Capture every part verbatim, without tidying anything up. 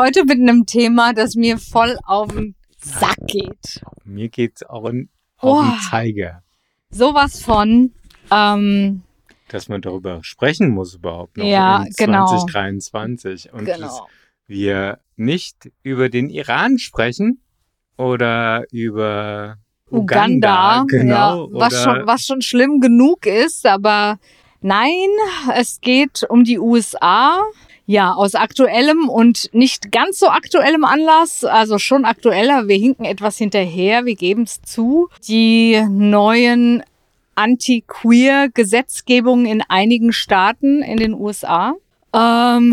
heute mit einem Thema, das mir voll auf den Sack geht. Mir geht's auch in, auf den Oh. Zeiger. Sowas von, ähm, Dass man darüber sprechen muss überhaupt noch Ja, in genau. zwanzig dreiundzwanzig. Und dass genau. wir nicht über den Iran sprechen oder über Uganda, Uganda, genau. ja, was, oder schon, was schon schlimm genug ist, aber nein, es geht um die U S A. Ja, aus aktuellem und nicht ganz so aktuellem Anlass, also schon aktueller, wir hinken etwas hinterher, wir geben es zu. Die neuen Anti-Queer-Gesetzgebungen in einigen Staaten in den U S A. Ähm,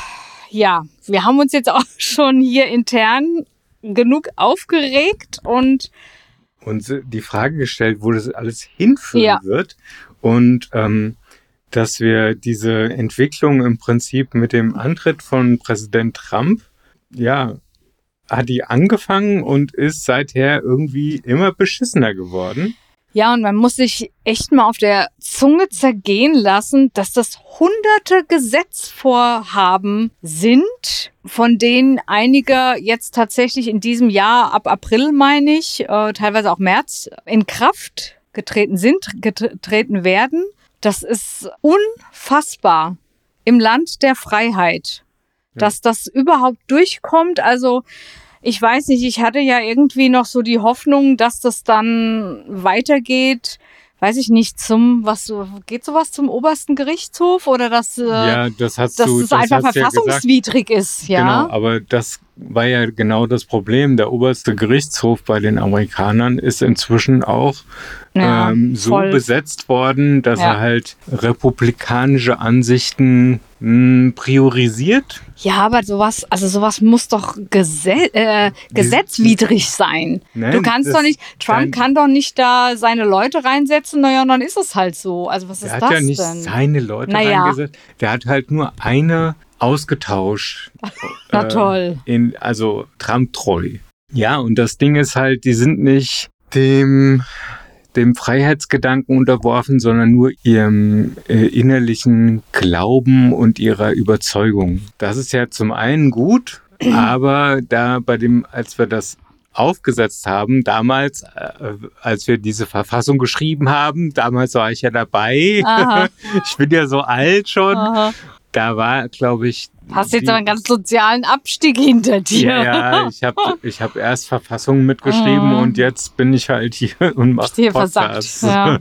ja, wir haben uns jetzt auch schon hier intern genug aufgeregt und uns die Frage gestellt, wo das alles hinführen Ja. wird. Und ähm, dass wir diese Entwicklung im Prinzip mit dem Antritt von Präsident Trump, ja, hat die angefangen und ist seither irgendwie immer beschissener geworden. ja, und man muss sich echt mal auf der Zunge zergehen lassen, dass das hunderte Gesetzvorhaben sind, von denen einige jetzt tatsächlich in diesem Jahr, ab April meine ich, äh, teilweise auch März, in Kraft getreten sind, getreten werden. Das ist unfassbar im Land der Freiheit, Ja. dass das überhaupt durchkommt. Also ich weiß nicht, ich hatte ja irgendwie noch so die Hoffnung, dass das dann weitergeht, weiß ich nicht, zum, was so, geht sowas zum obersten Gerichtshof oder dass, äh, Ja, das hast dass du es das einfach hast du ja gesagt. verfassungswidrig ist, ja? Genau, aber das war ja genau das Problem. Der oberste Gerichtshof bei den Amerikanern ist inzwischen auch Ja, ähm, so voll. besetzt worden, dass Ja. er halt republikanische Ansichten mh, priorisiert. Ja, aber sowas, also sowas muss doch gese äh, gesetzwidrig sein. Nein, Du kannst das- doch nicht, Trump nein. kann doch nicht da seine Leute reinsetzen, naja, und dann ist es halt so. Also was ist Der hat das ja nicht denn? seine Leute Naja. reingesetzt. Der hat halt nur eine ausgetauscht. Na äh, toll. In, also Trump-treu. Ja, und das Ding ist halt, die sind nicht dem, dem Freiheitsgedanken unterworfen, sondern nur ihrem äh, innerlichen Glauben und ihrer Überzeugung. Das ist ja zum einen gut, aber da bei dem, als wir das aufgesetzt haben, damals, äh, als wir diese Verfassung geschrieben haben, damals war ich ja dabei. Aha. Ich bin ja so alt schon. Aha. Da war, glaube ich... Hast jetzt die- aber einen ganz sozialen Abstieg hinter dir. Ja, ja, ich habe ich hab erst Verfassung mitgeschrieben Mhm. und jetzt bin ich halt hier und mache Hier Podcasts. versackt,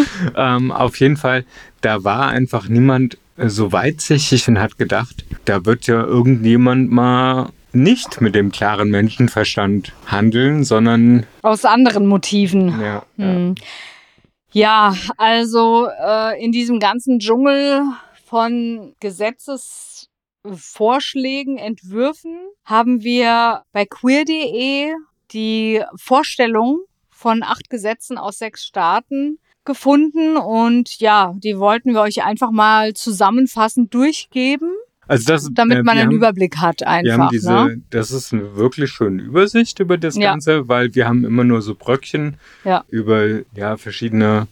ähm, auf jeden Fall, da war einfach niemand äh, so weitsichtig und hat gedacht, da wird ja irgendjemand mal nicht mit dem klaren Menschenverstand handeln, sondern Aus anderen Motiven. ja, ja. Hm. Ja, also äh, in diesem ganzen Dschungel von Gesetzesvorschlägen, Entwürfen haben wir bei queer punkt de die Vorstellung von acht Gesetzen aus sechs Staaten gefunden und ja, die wollten wir euch einfach mal zusammenfassend durchgeben, Also das, damit äh, man wir einen haben, Überblick hat wir einfach. haben diese, Ne? das ist eine wirklich schöne Übersicht über das Ja. Ganze, weil wir haben immer nur so Bröckchen Ja. über ja verschiedene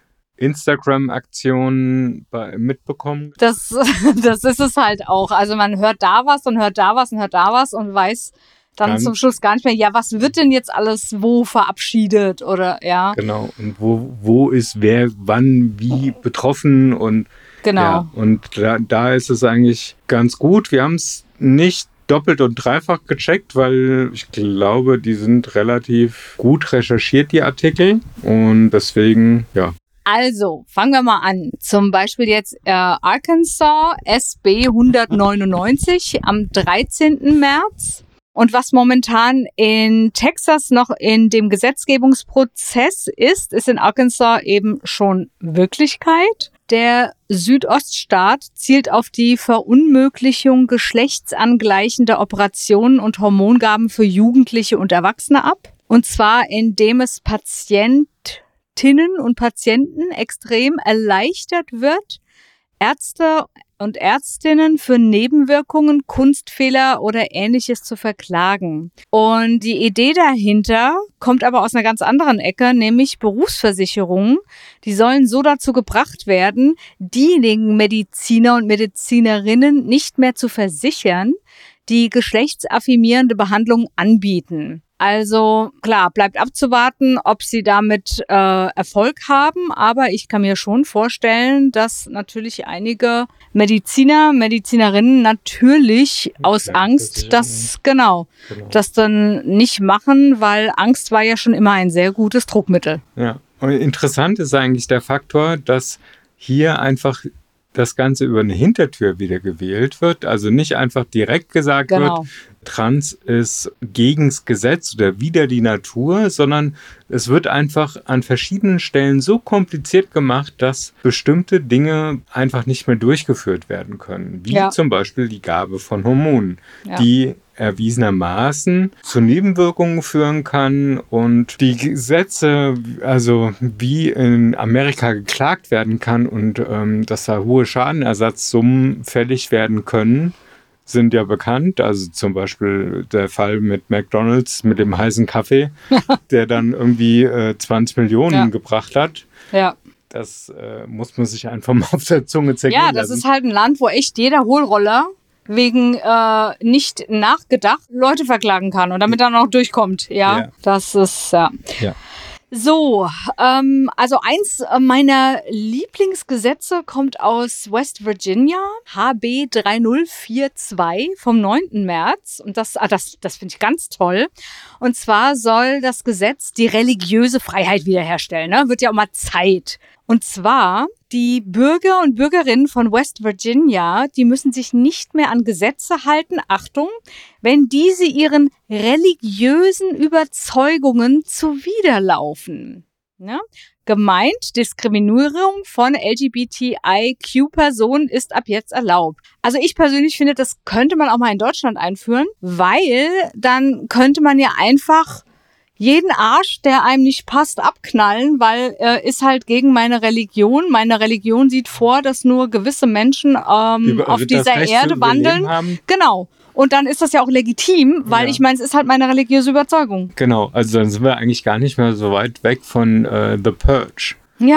Instagram-Aktionen bei- mitbekommen. Das, das ist es halt auch. Also man hört da was und hört da was und hört da was und weiß dann, Dann- zum Schluss gar nicht mehr, ja, was wird denn jetzt alles wo verabschiedet oder ja, Genau. Und wo, wo ist wer wann wie betroffen und genau. ja, und da, da ist es eigentlich ganz gut. Wir haben es nicht doppelt und dreifach gecheckt, weil ich glaube, die sind relativ gut recherchiert, die Artikel. Und deswegen, ja. Also, fangen wir mal an. Zum Beispiel jetzt äh, Arkansas S B hundertneunundneunzig am dreizehnten März. Und was momentan in Texas noch in dem Gesetzgebungsprozess ist, ist in Arkansas eben schon Wirklichkeit. Der Südoststaat zielt auf die Verunmöglichung geschlechtsangleichender Operationen und Hormongaben für Jugendliche und Erwachsene ab. Und zwar, indem es Patientinnen und Patienten extrem erleichtert wird, Ärzte und Ärztinnen für Nebenwirkungen, Kunstfehler oder Ähnliches zu verklagen. Und die Idee dahinter kommt aber aus einer ganz anderen Ecke, nämlich Berufsversicherungen. Die sollen so dazu gebracht werden, diejenigen Mediziner und Medizinerinnen nicht mehr zu versichern, die geschlechtsaffirmierende Behandlung anbieten. Also klar, bleibt abzuwarten, ob sie damit äh, Erfolg haben, aber ich kann mir schon vorstellen, dass natürlich einige Mediziner, Medizinerinnen natürlich aus Ja, Angst das, das genau, genau. das dann nicht machen, weil Angst war ja schon immer ein sehr gutes Druckmittel. Ja, und interessant ist eigentlich der Faktor, dass hier einfach das Ganze über eine Hintertür wieder gewählt wird, also nicht einfach direkt gesagt Genau. wird, Trans ist gegens Gesetz oder wider die Natur, sondern es wird einfach an verschiedenen Stellen so kompliziert gemacht, dass bestimmte Dinge einfach nicht mehr durchgeführt werden können, wie Ja. zum Beispiel die Gabe von Hormonen, Ja. die erwiesenermaßen zu Nebenwirkungen führen kann und die Gesetze, also wie in Amerika geklagt werden kann und ähm, dass da hohe Schadenersatzsummen fällig werden können, sind ja bekannt. Also zum Beispiel der Fall mit McDonald's mit dem heißen Kaffee, der dann irgendwie äh, zwanzig Millionen Ja. gebracht hat. Ja. Das äh, muss man sich einfach mal auf der Zunge zergehen Ja, das lassen. ist halt ein Land, wo echt jeder Hohlroller wegen äh, nicht nachgedacht Leute verklagen kann und damit dann auch durchkommt. Ja, Ja. das ist, ja. Ja. So, ähm, also eins meiner Lieblingsgesetze kommt aus West Virginia, H B drei null vier zwei vom neunten März. Und das, ah, das, das finde ich ganz toll. Und zwar soll das Gesetz die religiöse Freiheit wiederherstellen. Ne? Wird ja auch mal Zeit. Und zwar, die Bürger und Bürgerinnen von West Virginia, die müssen sich nicht mehr an Gesetze halten, Achtung, wenn diese ihren religiösen Überzeugungen zuwiderlaufen. Ne? Gemeint, Diskriminierung von L G B T I Q-Personen ist ab jetzt erlaubt. Also ich persönlich finde, das könnte man auch mal in Deutschland einführen, weil dann könnte man ja einfach jeden Arsch, der einem nicht passt, abknallen, weil äh, ist halt gegen meine Religion. Meine Religion sieht vor, dass nur gewisse Menschen ähm, Über- auf das dieser Recht zu Erde überleben wandeln. haben. Genau. Und dann ist das ja auch legitim, weil Ja. ich meine, es ist halt meine religiöse Überzeugung. Genau, also dann sind wir eigentlich gar nicht mehr so weit weg von äh, The Purge. Ja.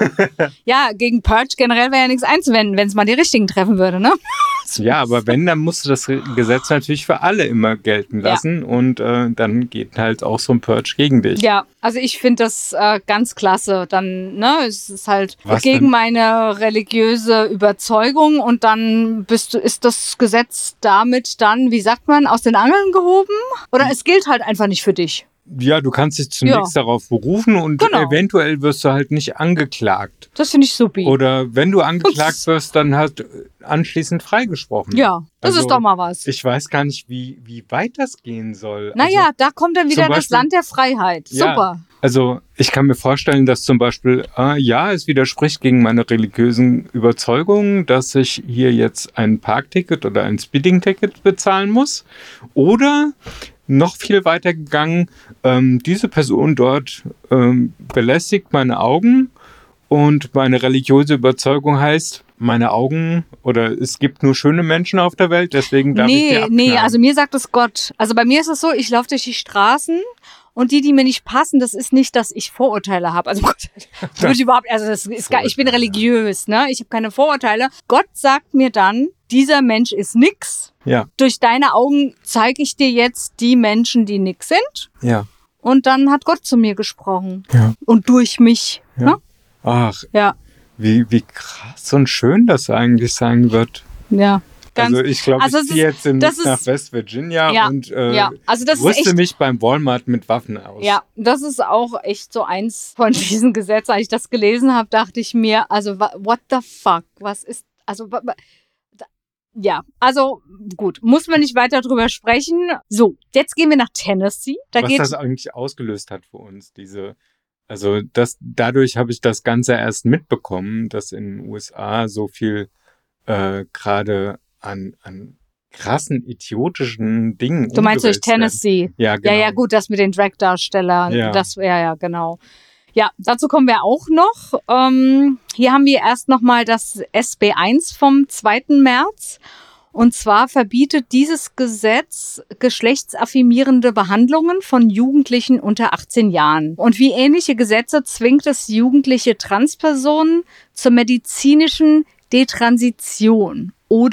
Ja, gegen Purge generell wäre ja nichts einzuwenden, wenn es mal die richtigen treffen würde, ne? Ja, aber wenn, dann musst du das Gesetz natürlich für alle immer gelten lassen und äh, dann geht halt auch so ein Purge gegen dich. Ja, also ich finde das äh, ganz klasse. Dann, ne, es ist halt Was gegen denn? meine religiöse Überzeugung und dann bist du, ist das Gesetz damit dann, wie sagt man, aus den Angeln gehoben? Oder es gilt halt einfach nicht für dich. Ja, du kannst dich zunächst Ja. darauf berufen und Genau. eventuell wirst du halt nicht angeklagt. Das finde ich supi. Oder wenn du angeklagt wirst, dann halt anschließend freigesprochen. Ja, das Also, ist doch mal was. Ich weiß gar nicht, wie, wie weit das gehen soll. Naja, da kommt dann wieder zum das Beispiel- Land der Freiheit. Ja. Super. Also ich kann mir vorstellen, dass zum Beispiel, äh, ja, es widerspricht gegen meine religiösen Überzeugungen, dass ich hier jetzt ein Parkticket oder ein Speeding-Ticket bezahlen muss. Oder noch viel weiter gegangen, ähm, diese Person dort ähm, belästigt meine Augen und meine religiöse Überzeugung heißt, meine Augen oder es gibt nur schöne Menschen auf der Welt, deswegen darf ich die Nee, abknallen. nee, also mir sagt es Gott. Also bei mir ist es so, ich laufe durch die Straßen und die, die mir nicht passen, das ist nicht, dass ich Vorurteile habe. Also Gott, das würde ich überhaupt, also das ist gar, ich bin religiös, ne? Ich habe keine Vorurteile. Gott sagt mir dann, dieser Mensch ist nix. Ja, Durch deine Augen zeige ich dir jetzt die Menschen, die nix sind. ja, Und dann hat Gott zu mir gesprochen. ja. Und durch mich. Ja. Ne? Ach, Ja, wie, wie krass und schön das eigentlich sein wird. ja. Ganz, also ich glaube, also ich es ziehe ist- jetzt demnächst das nach ist- West Virginia ja, und äh, ja. Also das ist rüste echt- mich beim Walmart mit Waffen aus. Ja, das ist auch echt so eins von diesen Gesetzen. Als ich das gelesen habe, dachte ich mir, also wa- what the fuck, was ist, also wa- wa- da- ja, also gut, muss man nicht weiter drüber sprechen. So, jetzt gehen wir nach Tennessee. Da Was geht das eigentlich ausgelöst hat für uns, diese, also das, dadurch habe ich das Ganze erst mitbekommen, dass in den U S A so viel äh, gerade an, an krassen, idiotischen Dingen Du meinst durch umgewälzt werden. Tennessee? Ja, genau. Ja, ja, gut, das mit den Drag-Darstellern. Ja. Das, ja, ja, genau. Ja, dazu kommen wir auch noch. Ähm, hier haben wir erst nochmal das S B eins vom zweiten März. Und zwar verbietet dieses Gesetz geschlechtsaffirmierende Behandlungen von Jugendlichen unter achtzehn Jahren. Und wie ähnliche Gesetze zwingt es jugendliche Transpersonen zur medizinischen Detransition oder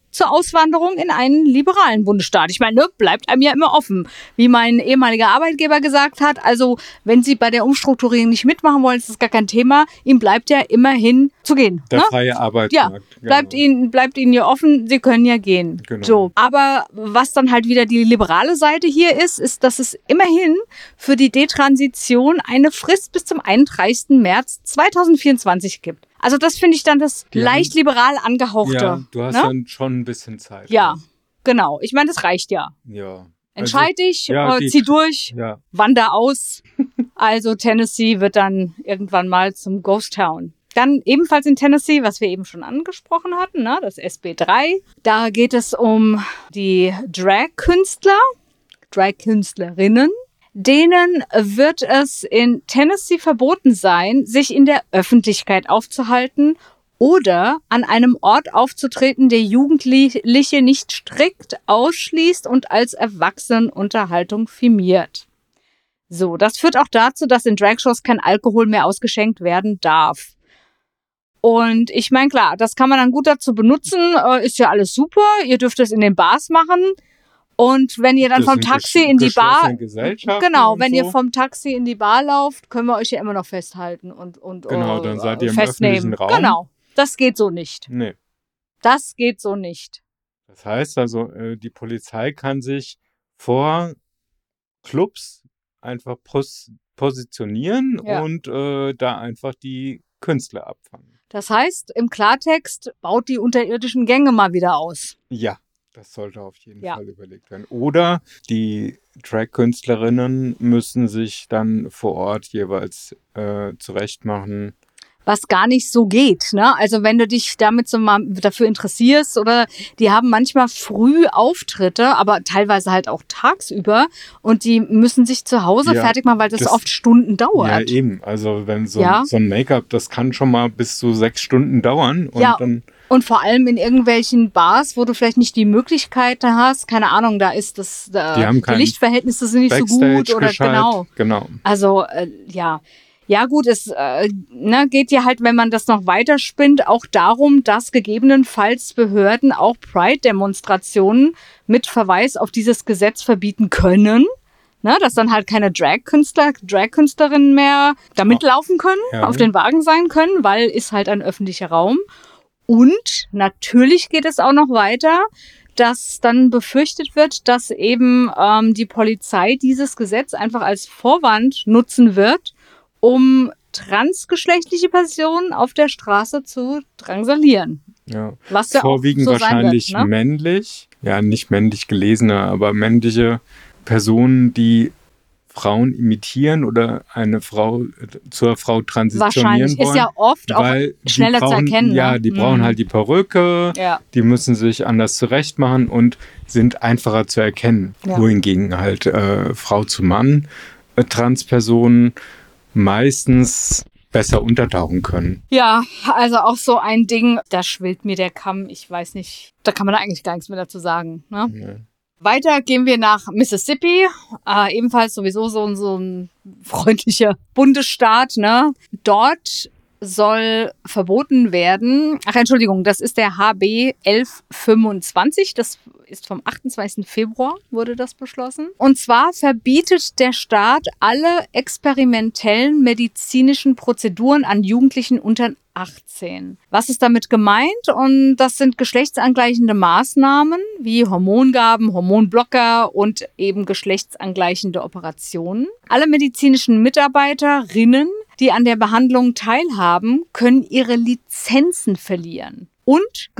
zur Auswanderung in einen liberalen Bundesstaat. Ich meine, ne, bleibt einem ja immer offen. Wie mein ehemaliger Arbeitgeber gesagt hat, also wenn Sie bei der Umstrukturierung nicht mitmachen wollen, ist das gar kein Thema. Ihm bleibt ja immerhin zu gehen. Der ne? freie Arbeitsmarkt. Ja, bleibt, genau. Ihnen, bleibt Ihnen ja offen, Sie können ja gehen. Genau. So. Aber was dann halt wieder die liberale Seite hier ist, ist, dass es immerhin für die Detransition eine Frist bis zum einunddreißigsten März zweitausendvierundzwanzig gibt. Also das finde ich dann das die leicht haben, liberal angehauchte. Ja, du hast ne? dann schon ein bisschen Zeit. Ja, ne? Genau. Ich meine, das reicht ja. Ja. Entscheid also, dich, ja, äh, die, zieh durch, ja. wander aus. Also Tennessee wird dann irgendwann mal zum Ghost Town. Dann ebenfalls in Tennessee, was wir eben schon angesprochen hatten, ne? Das S B drei. Da geht es um die Drag-Künstler, Drag-Künstlerinnen. Denen wird es in Tennessee verboten sein, sich in der Öffentlichkeit aufzuhalten oder an einem Ort aufzutreten, der Jugendliche nicht strikt ausschließt und als Erwachsenenunterhaltung firmiert. So, das führt auch dazu, dass in Dragshows kein Alkohol mehr ausgeschenkt werden darf. Und ich meine, klar, das kann man dann gut dazu benutzen, ist ja alles super, ihr dürft es in den Bars machen. Und wenn ihr dann das vom Taxi in die Bar, genau, wenn so. ihr vom Taxi in die Bar lauft, können wir euch ja immer noch festhalten und und genau, uh, dann seid ihr im festnehmen. öffentlichen Raum. Genau, das geht so nicht. Nee. Das geht so nicht. Das heißt also, die Polizei kann sich vor Clubs einfach pos- positionieren ja. und äh, da einfach die Künstler abfangen. Das heißt, im Klartext, baut die unterirdischen Gänge mal wieder aus. Ja. Das sollte auf jeden ja. Fall überlegt werden. Oder die Drag-Künstlerinnen müssen sich dann vor Ort jeweils äh, zurechtmachen. Was gar nicht so geht, ne? Also wenn du dich damit so mal dafür interessierst oder die haben manchmal früh Auftritte, aber teilweise halt auch tagsüber und die müssen sich zu Hause ja, fertig machen, weil das, das oft Stunden dauert. Ja, eben. Also wenn so, ja. so ein Make-up, das kann schon mal bis zu sechs Stunden dauern. Und ja. dann Und vor allem in irgendwelchen Bars, wo du vielleicht nicht die Möglichkeit hast, keine Ahnung, da ist das, da, die, haben die Lichtverhältnisse sind nicht Backstage so gut oder gescheit. genau. genau. Also äh, ja, ja gut, es äh, ne, geht ja halt, wenn man das noch weiterspinnt, auch darum, dass gegebenenfalls Behörden auch Pride-Demonstrationen mit Verweis auf dieses Gesetz verbieten können. Ne, dass dann halt keine Drag-Künstler, Drag-Künstlerinnen mehr da mitlaufen können, ja. auf den Wagen sein können, weil ist halt ein öffentlicher Raum. Und natürlich geht es auch noch weiter, dass dann befürchtet wird, dass eben ähm, die Polizei dieses Gesetz einfach als Vorwand nutzen wird, um transgeschlechtliche Personen auf der Straße zu drangsalieren. Ja. Was ja vorwiegend auch so wahrscheinlich sein wird, ne? männlich, ja nicht männlich gelesene, aber männliche Personen, die Frauen imitieren oder eine Frau zur Frau transitionieren Wahrscheinlich. wollen. Ist ja oft auch schneller brauchen, zu erkennen. Ja, ne? die brauchen mhm. halt die Perücke, ja. die müssen sich anders zurechtmachen und sind einfacher zu erkennen. Ja. Wohingegen halt äh, Frau zu Mann, äh, Transpersonen meistens besser untertauchen können. Ja, also auch so ein Ding, da schwillt mir der Kamm. Ich weiß nicht, da kann man eigentlich gar nichts mehr dazu sagen. Ne? Ja. Weiter gehen wir nach Mississippi, äh, ebenfalls sowieso so, so ein freundlicher Bundesstaat. Ne? Dort soll verboten werden, ach Entschuldigung, das ist der H B elf fünfundzwanzig, das ist vom achtundzwanzigsten Februar wurde das beschlossen. Und zwar verbietet der Staat alle experimentellen medizinischen Prozeduren an Jugendlichen unter achtzehn. Was ist damit gemeint? Und das sind geschlechtsangleichende Maßnahmen wie Hormongaben, Hormonblocker und eben geschlechtsangleichende Operationen. Alle medizinischen Mitarbeiterinnen, die an der Behandlung teilhaben, können ihre Lizenzen verlieren. Und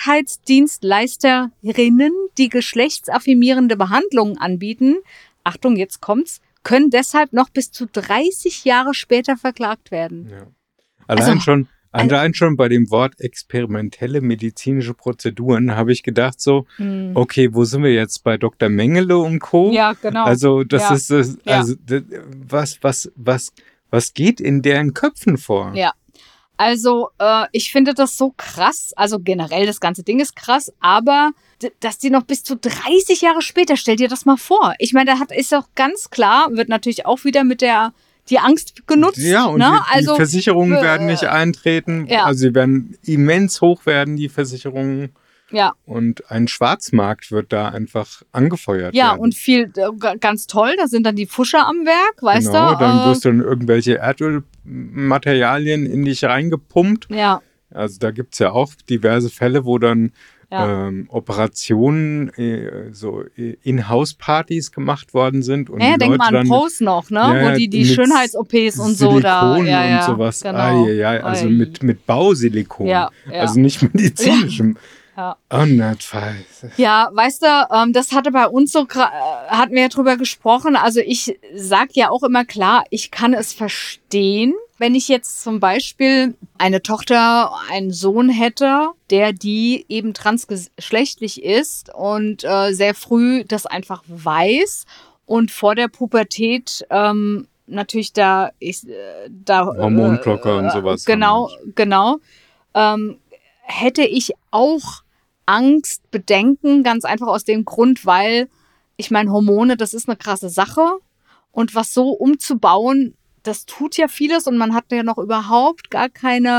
Gesundheitsdienstleisterinnen, die geschlechtsaffirmierende Behandlungen anbieten, Achtung, jetzt kommt's, können deshalb noch bis zu dreißig Jahre später verklagt werden. Ja. Allein also, schon Allein schon bei dem Wort experimentelle medizinische Prozeduren habe ich gedacht so, hm. okay, wo sind wir jetzt? Bei Doktor Mengele und Co.? Ja, genau. Also das ja. ist, das, also ja. was, was, was, was geht in deren Köpfen vor? Ja, also äh, ich finde das so krass, also generell das ganze Ding ist krass, aber d- dass die noch bis zu dreißig Jahre später, stell dir das mal vor. Ich meine, da hat, ist doch ganz klar, wird natürlich auch wieder mit der die Angst genutzt. Ja, und ne? die, die also, Versicherungen äh, werden nicht eintreten. Ja. Also sie werden immens hoch werden, die Versicherungen. Ja. Und ein Schwarzmarkt wird da einfach angefeuert. Ja, werden. und viel, äh, ganz toll, da sind dann die Fuscher am Werk, weißt genau, du? Dann äh, wirst du in irgendwelche Erdölmaterialien in dich reingepumpt. Ja. Also da gibt es ja auch diverse Fälle, wo dann Ja. ähm, Operationen, äh, so äh, In-House-Partys gemacht worden sind. Und Ja, die denk Leute mal an dann Pose noch, ne? Ja, Wo die die mit Schönheits-O Ps und so Silikon da. Ja, und ja, sowas. genau. Ah, ja, ja, also Ui. mit, mit Bausilikon. Ja, ja. Also nicht medizinischem. Ja. Unnatfall. Ja, weißt du, ähm, das hatte bei uns so, gra- äh, hatten wir ja drüber gesprochen. Also ich sag ja auch immer klar, ich kann es verstehen, wenn ich jetzt zum Beispiel eine Tochter, einen Sohn hätte, der die eben transgeschlechtlich ist und äh, sehr früh das einfach weiß und vor der Pubertät ähm, natürlich da, ich, äh, da Hormonblocker und sowas Genau, haben. genau. Ähm, hätte ich auch Angst, Bedenken, ganz einfach aus dem Grund, weil ich meine, Hormone, das ist eine krasse Sache und was so umzubauen, das tut ja vieles und man hat ja noch überhaupt gar keine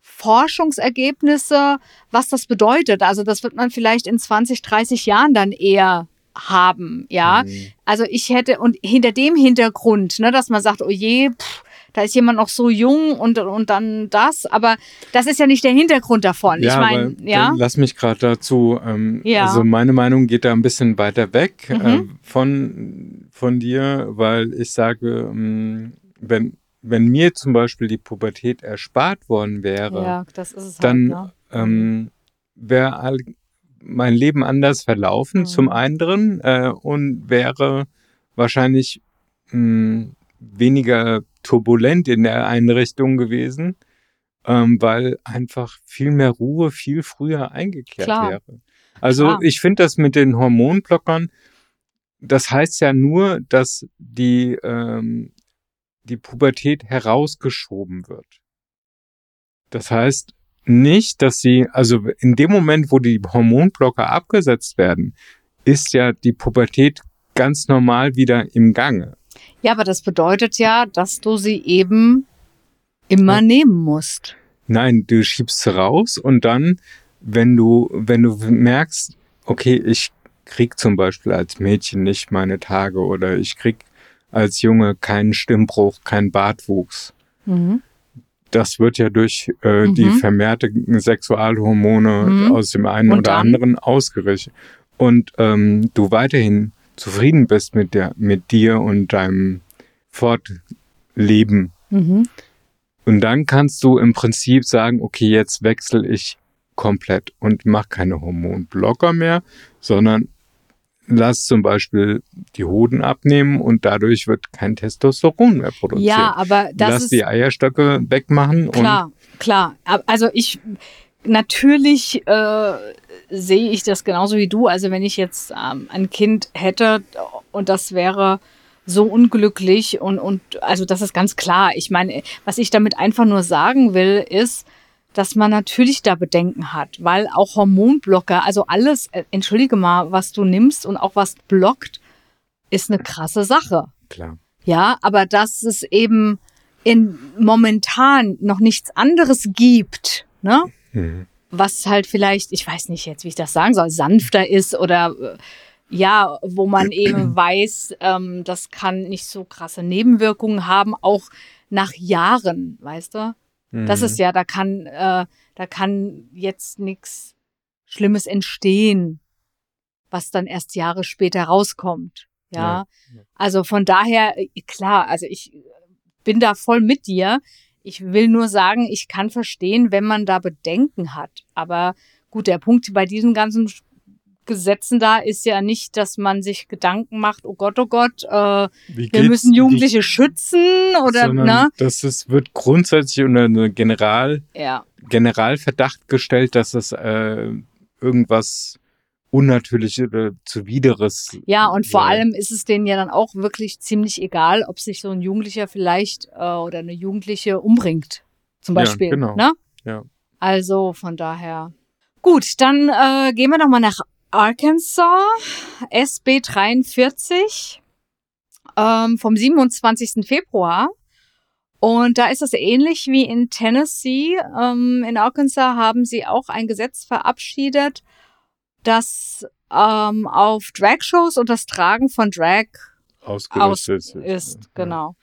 Forschungsergebnisse, was das bedeutet. Also das wird man vielleicht in zwanzig, dreißig Jahren dann eher haben, ja. Mhm. Also ich hätte, und hinter dem Hintergrund, ne, dass man sagt, oh je, pff, da ist jemand noch so jung und, und dann das, aber das ist ja nicht der Hintergrund davon. Ja, ich meine, ja. Lass mich gerade dazu, ähm, Ja. also meine Meinung geht da ein bisschen weiter weg Mhm. äh, von, von dir, weil ich sage, ähm, wenn, wenn mir zum Beispiel die Pubertät erspart worden wäre, Ja, das ist es dann halt, ne? ähm, wäre all- mein Leben anders verlaufen, Mhm. zum einen, äh, und wäre wahrscheinlich mh, weniger turbulent in der Einrichtung gewesen, ähm, weil einfach viel mehr Ruhe viel früher eingekehrt Klar. wäre. Also Klar. ich finde das mit den Hormonblockern, das heißt ja nur, dass die, ähm, die Pubertät herausgeschoben wird. Das heißt nicht, dass sie, also in dem Moment, wo die Hormonblocker abgesetzt werden, ist ja die Pubertät ganz normal wieder im Gange. Ja, aber das bedeutet ja, dass du sie eben immer Ja. nehmen musst. Nein, du schiebst sie raus und dann, wenn du, wenn du merkst, okay, ich krieg zum Beispiel als Mädchen nicht meine Tage oder ich krieg als Junge keinen Stimmbruch, keinen Bartwuchs. Mhm. Das wird ja durch äh, Mhm. die vermehrte Sexualhormone Mhm. aus dem einen Und oder dann? anderen ausgerichtet. Und ähm, du weiterhin zufrieden bist mit der, mit dir und deinem Fortleben. Mhm. Und dann kannst du im Prinzip sagen, okay, jetzt wechsle ich komplett und mach keine Hormonblocker mehr, sondern lass zum Beispiel die Hoden abnehmen und dadurch wird kein Testosteron mehr produziert. Ja, aber das lass ist die Eierstöcke wegmachen. klar, klar. Ab- Also ich natürlich äh, sehe ich das genauso wie du. Also wenn ich jetzt ähm, ein Kind hätte und das wäre so unglücklich und und also das ist ganz klar. Ich meine, was ich damit einfach nur sagen will, ist, dass man natürlich da Bedenken hat, weil auch Hormonblocker, also alles, äh, entschuldige mal, was du nimmst und auch was blockt, ist eine krasse Sache. Und klar. Ja, aber dass es eben in momentan noch nichts anderes gibt, ne? Mhm. Was halt vielleicht, ich weiß nicht jetzt, wie ich das sagen soll, sanfter ist oder äh, ja, wo man eben weiß, ähm, das kann nicht so krasse Nebenwirkungen haben, auch nach Jahren, weißt du? Das Mhm. ist ja, da kann, äh, da kann jetzt nichts Schlimmes entstehen, was dann erst Jahre später rauskommt. Ja, Ja. also von daher, äh, klar, also ich bin da voll mit dir. Ich will nur sagen, ich kann verstehen, wenn man da Bedenken hat. Aber gut, der Punkt bei diesen ganzen Gesetzen da ist ja nicht, dass man sich Gedanken macht, oh Gott, oh Gott, äh, Wie wir geht's- müssen wie- Jugendliche schützen oder, sondern ne? das ist, wird grundsätzlich unter eine General, Ja, Generalverdacht gestellt, dass es äh, irgendwas Unnatürliches oder Zuwideres ja, und vor sei. allem ist es denen ja dann auch wirklich ziemlich egal, ob sich so ein Jugendlicher vielleicht äh, oder eine Jugendliche umbringt, zum Ja, Beispiel. genau. Ne? Ja. Also von daher. Gut, dann äh, gehen wir nochmal nach Arkansas, S B dreiundvierzig, ähm, vom siebenundzwanzigsten Februar. Und da ist es ähnlich wie in Tennessee. Ähm, in Arkansas haben sie auch ein Gesetz verabschiedet. das ähm, auf Drag-Shows und das Tragen von Drag ausgerüstet aus ist. Genau.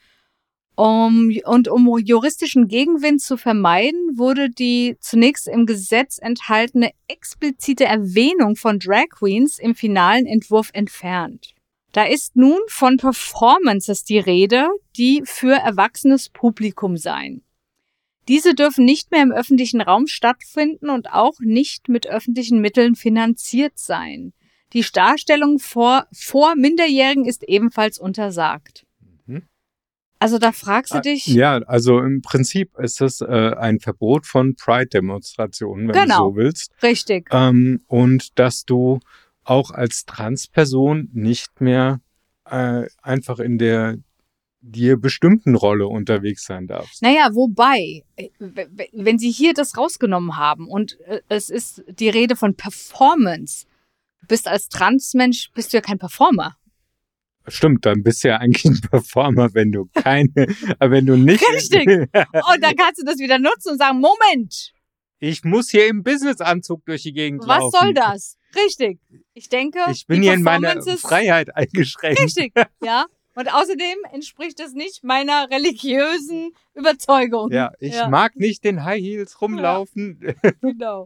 Um, und um juristischen Gegenwind zu vermeiden, wurde die zunächst im Gesetz enthaltene explizite Erwähnung von Drag Queens im finalen Entwurf entfernt. Da ist nun von Performances die Rede, die für erwachsenes Publikum seien. Diese dürfen nicht mehr im öffentlichen Raum stattfinden und auch nicht mit öffentlichen Mitteln finanziert sein. Die Darstellung vor, vor Minderjährigen ist ebenfalls untersagt. Mhm. Also da fragst du dich... Ja, also im Prinzip ist das äh, ein Verbot von Pride-Demonstrationen, wenn genau, du so willst. Richtig. Ähm, und dass du auch als Transperson nicht mehr äh, einfach in der dir bestimmten Rolle unterwegs sein darfst. Naja, wobei, wenn sie hier das rausgenommen haben und es ist die Rede von Performance, du bist als Transmensch, bist du ja kein Performer. Stimmt, dann bist du ja eigentlich ein Performer, wenn du keine, wenn du nicht... Richtig. Und dann kannst du das wieder nutzen und sagen, Moment. Ich muss hier im Businessanzug durch die Gegend Was laufen. Was soll das? Richtig. Ich denke, ich bin hier in meiner Freiheit eingeschränkt. Richtig, ja. Und außerdem entspricht es nicht meiner religiösen Überzeugung. Ja, ich ja. mag nicht den High Heels rumlaufen. Ja, genau.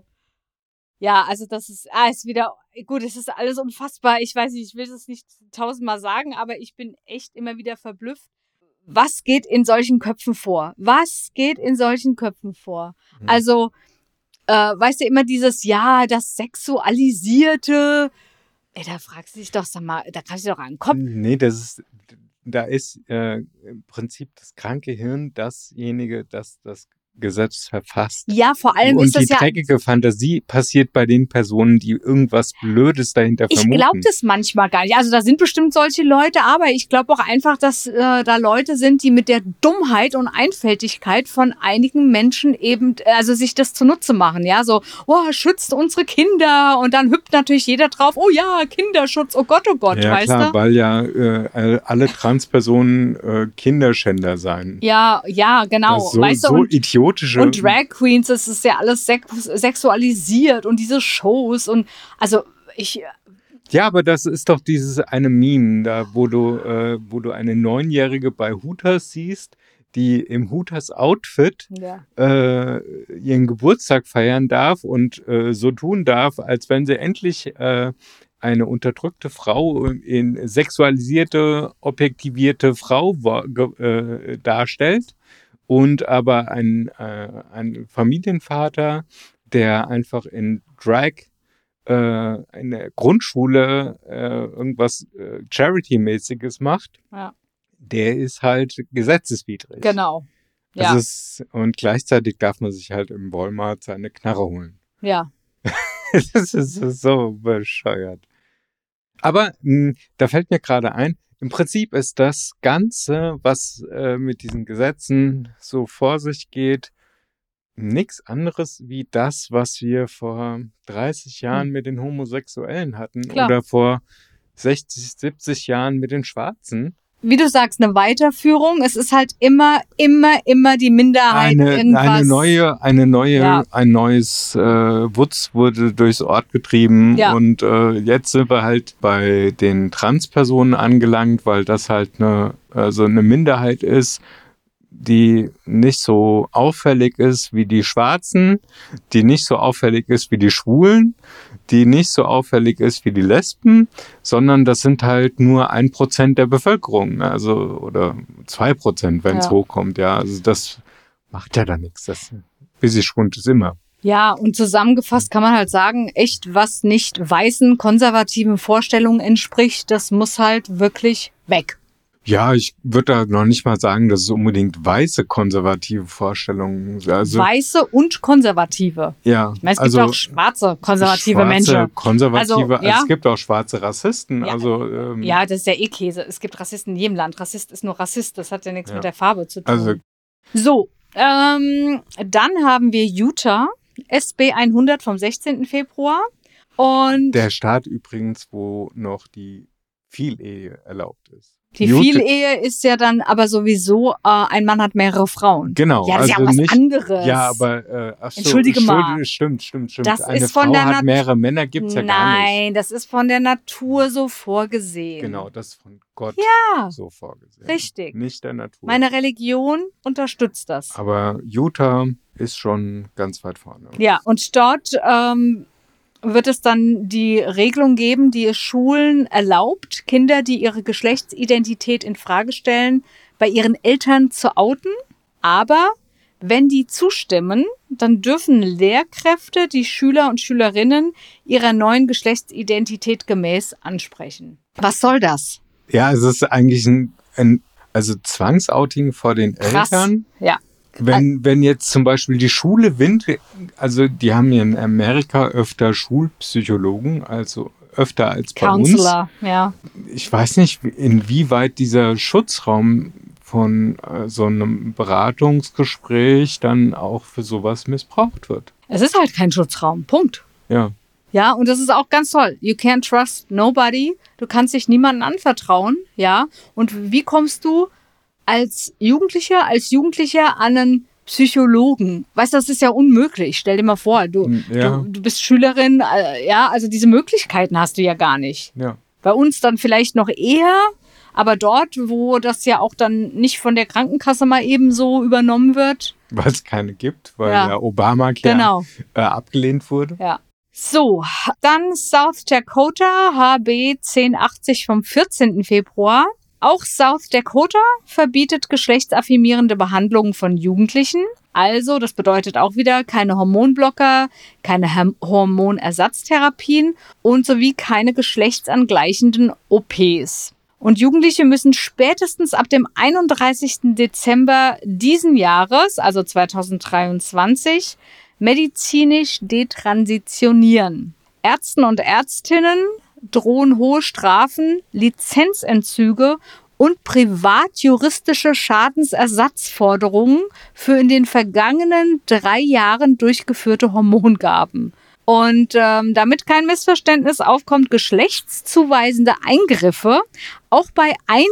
Ja, also das ist, ah, ist wieder, gut, es ist alles unfassbar. Ich weiß nicht, ich will es nicht tausendmal sagen, aber ich bin echt immer wieder verblüfft. Was geht in solchen Köpfen vor? Was geht in solchen Köpfen vor? Hm. Also, äh, weißt du, immer dieses, ja, das Sexualisierte. Ey, da fragst du dich doch, sag mal, da kannst du doch an den Kopf. Nee, das ist, da ist äh, im Prinzip das kranke Hirn dasjenige, das das Gesetz verfasst. Ja, vor allem und ist das die ja... dreckige Fantasie passiert bei den Personen, die irgendwas Blödes dahinter vermuten. Ich glaube das manchmal gar nicht. Also da sind bestimmt solche Leute, aber ich glaube auch einfach, dass äh, da Leute sind, die mit der Dummheit und Einfältigkeit von einigen Menschen eben, also sich das zunutze machen. Ja, so, oh, schützt unsere Kinder und dann hüpft natürlich jeder drauf, oh ja, Kinderschutz, oh Gott, oh Gott, ja, weißt klar, du? weil ja äh, alle Transpersonen äh, Kinderschänder seien. Ja, ja, genau. Das so, weißt du, so und, idiotische... Und Drag Queens, das ist ja alles sex- sexualisiert und diese Shows und also ich... Ja, aber das ist doch dieses eine Meme, da wo du, äh, wo du eine Neunjährige bei Hooters siehst, die im Hooters-Outfit ja. äh, ihren Geburtstag feiern darf und äh, so tun darf, als wenn sie endlich äh, eine unterdrückte Frau in sexualisierte, objektivierte Frau äh, darstellt. Und aber ein, äh, ein Familienvater, der einfach in Drag äh, in der Grundschule äh, irgendwas äh, Charity-mäßiges macht, ja. der ist halt gesetzeswidrig. Genau. Ja. Das ist, und gleichzeitig darf man sich halt im Walmart seine Knarre holen. Ja. Das ist so bescheuert. Aber mh, da fällt mir gerade ein, im Prinzip ist das Ganze, was äh, mit diesen Gesetzen so vor sich geht, nichts anderes wie das, was wir vor dreißig Jahren mit den Homosexuellen hatten. Klar. Oder vor sechzig, siebzig Jahren mit den Schwarzen. Wie du sagst, eine Weiterführung. Es ist halt immer, immer, immer die Minderheit. Eine, irgendwas. eine neue, eine neue, ja. ein neues äh, Wutz wurde durchs Ort getrieben. Ja. Und äh, jetzt sind wir halt bei den Transpersonen angelangt, weil das halt eine, also eine Minderheit ist, die nicht so auffällig ist wie die Schwarzen, die nicht so auffällig ist wie die Schwulen, die nicht so auffällig ist wie die Lesben, sondern das sind halt nur ein Prozent der Bevölkerung, also oder zwei Prozent, wenn es ja. hochkommt, ja, also das macht ja dann nichts, das busy Schwund ist immer. Ja, und zusammengefasst kann man halt sagen, echt, was nicht weißen, konservativen Vorstellungen entspricht, das muss halt wirklich weg. Ja, ich würde da noch nicht mal sagen, dass es unbedingt weiße konservative Vorstellungen sind. Also, weiße und konservative. Ja. Ich meine, es also, gibt auch schwarze konservative schwarze, Menschen. Konservative, also, ja. es gibt auch schwarze Rassisten. Ja. Also, ähm, ja, das ist ja eh Käse. Es gibt Rassisten in jedem Land. Rassist ist nur Rassist. Das hat ja nichts ja. mit der Farbe zu tun. Also, so, ähm, dann haben wir Utah, S B hundert vom sechzehnten Februar. Und der Staat übrigens, wo noch die Vielehe erlaubt ist. Die Jute- Vielehe ist ja dann aber sowieso, äh, ein Mann hat mehrere Frauen. Genau. Ja, das ist ja also auch was nicht, anderes. Ja, aber, äh, ach so, Entschuldige mal. Schuld- Stimmt, stimmt, stimmt. Das Eine ist von Frau der hat Nat- mehrere Männer, gibt's ja gar nicht. Nein, das ist von der Natur so vorgesehen. Genau, das ist von Gott Ja, so vorgesehen. richtig. Nicht der Natur. Meine Religion unterstützt das. aber Utah ist schon ganz weit vorne. Ja, und dort ähm, wird es dann die Regelung geben, die es Schulen erlaubt, Kinder, die ihre Geschlechtsidentität in Frage stellen, bei ihren Eltern zu outen. Aber wenn die zustimmen, dann dürfen Lehrkräfte die Schüler und Schülerinnen ihrer neuen Geschlechtsidentität gemäß ansprechen. Was soll das? Ja, es ist eigentlich ein, ein also Zwangsouting vor den Krass. Eltern. Ja. Wenn, wenn jetzt zum Beispiel die Schule Wind, also die haben ja in Amerika öfter Schulpsychologen, also öfter als bei Counselor, ja. uns. Ich weiß nicht, inwieweit dieser Schutzraum von äh, so einem Beratungsgespräch dann auch für sowas missbraucht wird. Es ist halt kein Schutzraum. Punkt. Ja, Ja, und das ist auch ganz toll. You can't trust nobody. Du kannst dich niemandem anvertrauen, ja. Und wie kommst du als Jugendlicher, als Jugendlicher an einen Psychologen? Weißt du, das ist ja unmöglich. Stell dir mal vor, du, Ja. du, du bist Schülerin, äh, ja, also diese Möglichkeiten hast du ja gar nicht. ja. Bei uns dann vielleicht noch eher, aber dort, wo das ja auch dann nicht von der Krankenkasse mal eben so übernommen wird. Weil es keine gibt, weil Ja. ja Obamacare Genau. äh, abgelehnt wurde. Ja. So, dann South Dakota, H B zehn achtzig vom vierzehnten Februar. Auch South Dakota verbietet geschlechtsaffirmierende Behandlungen von Jugendlichen. Also, das bedeutet auch wieder keine Hormonblocker, keine Horm- Hormonersatztherapien und sowie keine geschlechtsangleichenden O Ps. Und Jugendliche müssen spätestens ab dem einunddreißigsten Dezember diesen Jahres, also zweitausenddreiundzwanzig, medizinisch detransitionieren. Ärzten und Ärztinnen drohen hohe Strafen, Lizenzentzüge und privatjuristische Schadensersatzforderungen für in den vergangenen drei Jahren durchgeführte Hormongaben. Und ähm, damit kein Missverständnis aufkommt, geschlechtszuweisende Eingriffe auch bei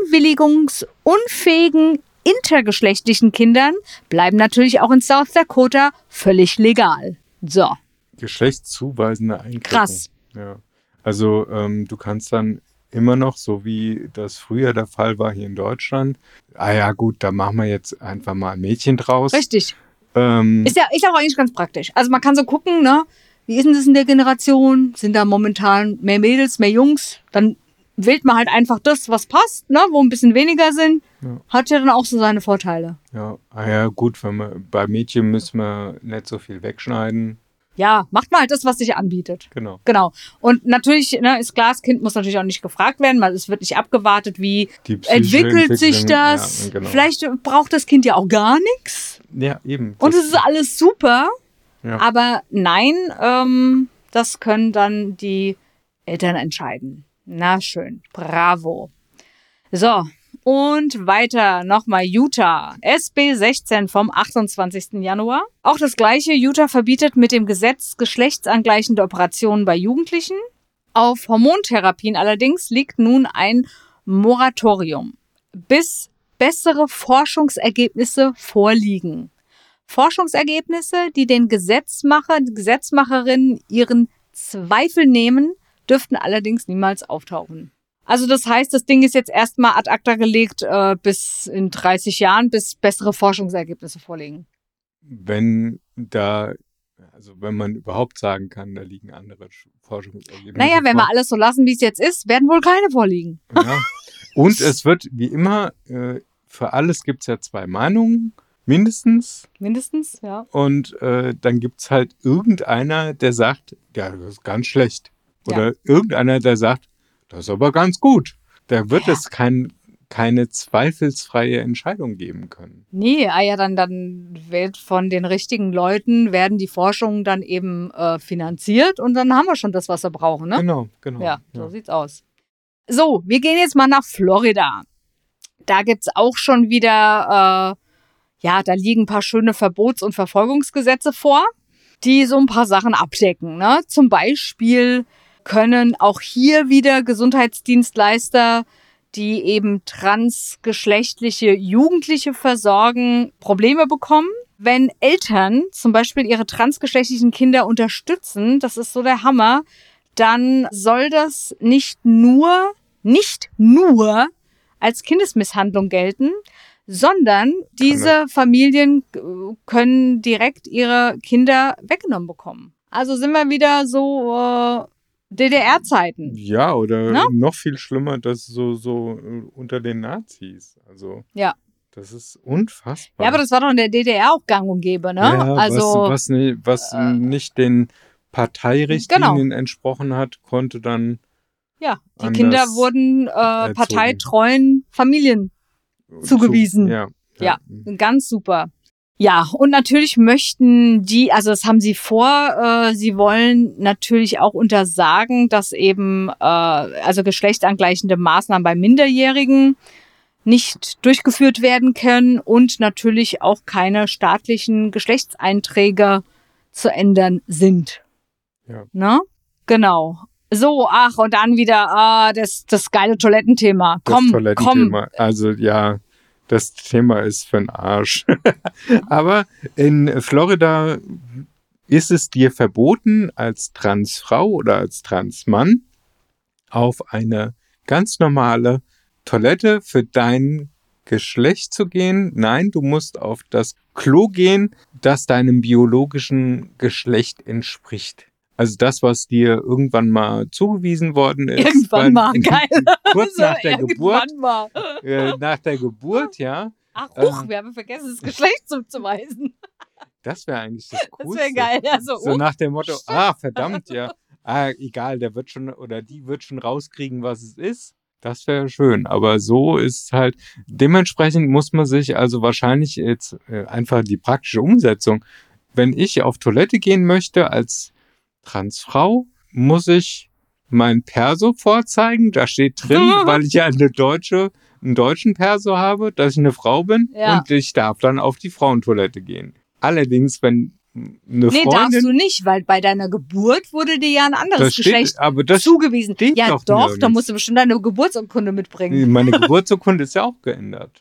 einwilligungsunfähigen intergeschlechtlichen Kindern bleiben natürlich auch in South Dakota völlig legal. So. Geschlechtszuweisende Eingriffe. Krass. Ja. Also ähm, du kannst dann immer noch, so wie das früher der Fall war hier in Deutschland, ah ja gut, da machen wir jetzt einfach mal ein Mädchen draus. Richtig. Ähm, Ist ja, ist ja auch eigentlich ganz praktisch. Also man kann so gucken, ne? Wie ist denn das in der Generation? Sind da momentan mehr Mädels, mehr Jungs? Dann wählt man halt einfach das, was passt, ne? Wo ein bisschen weniger sind. Ja. Hat ja dann auch so seine Vorteile. ja, ah ja gut, wenn wir, bei Mädchen müssen wir nicht so viel wegschneiden. Ja, macht man halt das, was sich anbietet. Genau. Genau. Und natürlich, ne, ist klar, das Kind muss natürlich auch nicht gefragt werden, weil es wird nicht abgewartet, wie Die psychische entwickelt sich Entwicklung, das. Ja, genau. Vielleicht braucht das Kind ja auch gar nichts. Ja, eben. Und Das- es ist alles super. Ja. Aber nein, ähm, das können dann die Eltern entscheiden. Na schön, bravo. So, und weiter nochmal Utah. S B sechzehn vom achtundzwanzigsten Januar. Auch das gleiche. Utah verbietet mit dem Gesetz geschlechtsangleichende Operationen bei Jugendlichen. Auf Hormontherapien allerdings liegt nun ein Moratorium, bis bessere Forschungsergebnisse vorliegen. Forschungsergebnisse, die den Gesetzmacher, die Gesetzmacherinnen ihren Zweifel nehmen, dürften allerdings niemals auftauchen. Also das heißt, das Ding ist jetzt erstmal ad acta gelegt äh, bis in dreißig Jahren, bis bessere Forschungsergebnisse vorliegen. Wenn da, also wenn man überhaupt sagen kann, da liegen andere Sch- Forschungsergebnisse Naja, wenn wir vor. alles so lassen, wie es jetzt ist, werden wohl keine vorliegen. Ja. Und es wird, wie immer, äh, für alles gibt es ja zwei Meinungen, mindestens. Mindestens, ja. Und äh, dann gibt es halt irgendeiner, der sagt, ja, das ist ganz schlecht. Oder Ja. irgendeiner, der sagt, das ist aber ganz gut. Da wird Ja. es kein, keine zweifelsfreie Entscheidung geben können. Nee, ah ja, dann, dann wird von den richtigen Leuten, werden die Forschungen dann eben äh, finanziert und dann haben wir schon das, was wir brauchen, ne? Genau, genau. Ja, so sieht's aus. So, wir gehen jetzt mal nach Florida. Da gibt's auch schon wieder, äh, ja, da liegen ein paar schöne Verbots- und Verfolgungsgesetze vor, die so ein paar Sachen abdecken, ne? Zum Beispiel können auch hier wieder Gesundheitsdienstleister die eben transgeschlechtliche Jugendliche versorgen, Probleme bekommen. Wenn Eltern zum Beispiel ihre transgeschlechtlichen Kinder unterstützen, das ist so der Hammer, dann soll das nicht nur, nicht nur als Kindesmisshandlung gelten, sondern diese Familien können direkt ihre Kinder weggenommen bekommen. Also sind wir wieder so äh, D D R-Zeiten. Ja, oder Na? noch viel schlimmer, das so, so unter den Nazis. Also, ja. Das ist unfassbar. Ja, aber das war doch in der D D R auch gang und gäbe, ne? Ja, also, was, was, nicht, was äh, nicht den Parteirichtlinien genau. entsprochen hat, konnte dann ja, die Kinder wurden äh, parteitreuen Familien zugewiesen. Zu, ja, ja. ja, ganz super. Ja, und natürlich möchten die, also das haben sie vor, äh, sie wollen natürlich auch untersagen, dass eben äh, also geschlechtsangleichende Maßnahmen bei Minderjährigen nicht durchgeführt werden können und natürlich auch keine staatlichen Geschlechtseinträge zu ändern sind. Ja. Ne? Genau. So, ach, und dann wieder ah, das, das geile Toilettenthema. Komm, das Toilettenthema. komm. Also ja, das Thema ist für den Arsch. Aber in Florida ist es dir verboten, als Transfrau oder als Transmann auf eine ganz normale Toilette für dein Geschlecht zu gehen. Nein, du musst auf das Klo gehen, das deinem biologischen Geschlecht entspricht. Also das, was dir irgendwann mal zugewiesen worden ist. Irgendwann mal, geil. Kurz nach der Geburt. Mal. Äh, nach der Geburt, ja. Ach, huch, äh, wir haben vergessen, das Geschlecht zuzuweisen. Das wäre eigentlich das Coolste. Das wäre geil. Ja, so, so nach dem Motto, ah, verdammt, ja. Ah, egal, der wird schon oder die wird schon rauskriegen, was es ist. Das wäre schön, aber so ist halt, dementsprechend muss man sich also wahrscheinlich jetzt äh, einfach die praktische Umsetzung, wenn ich auf Toilette gehen möchte als Transfrau, muss ich mein Perso vorzeigen, da steht drin, weil ich ja eine deutsche, einen deutschen Perso habe, dass ich eine Frau bin ja. und ich darf dann auf die Frauentoilette gehen. Allerdings, wenn eine nee, Freundin... darfst du nicht, weil bei deiner Geburt wurde dir ja ein anderes steht, Geschlecht aber das zugewiesen. Ja, doch, doch, da musst du bestimmt deine Geburtsurkunde mitbringen. Meine Geburtsurkunde ist ja auch geändert.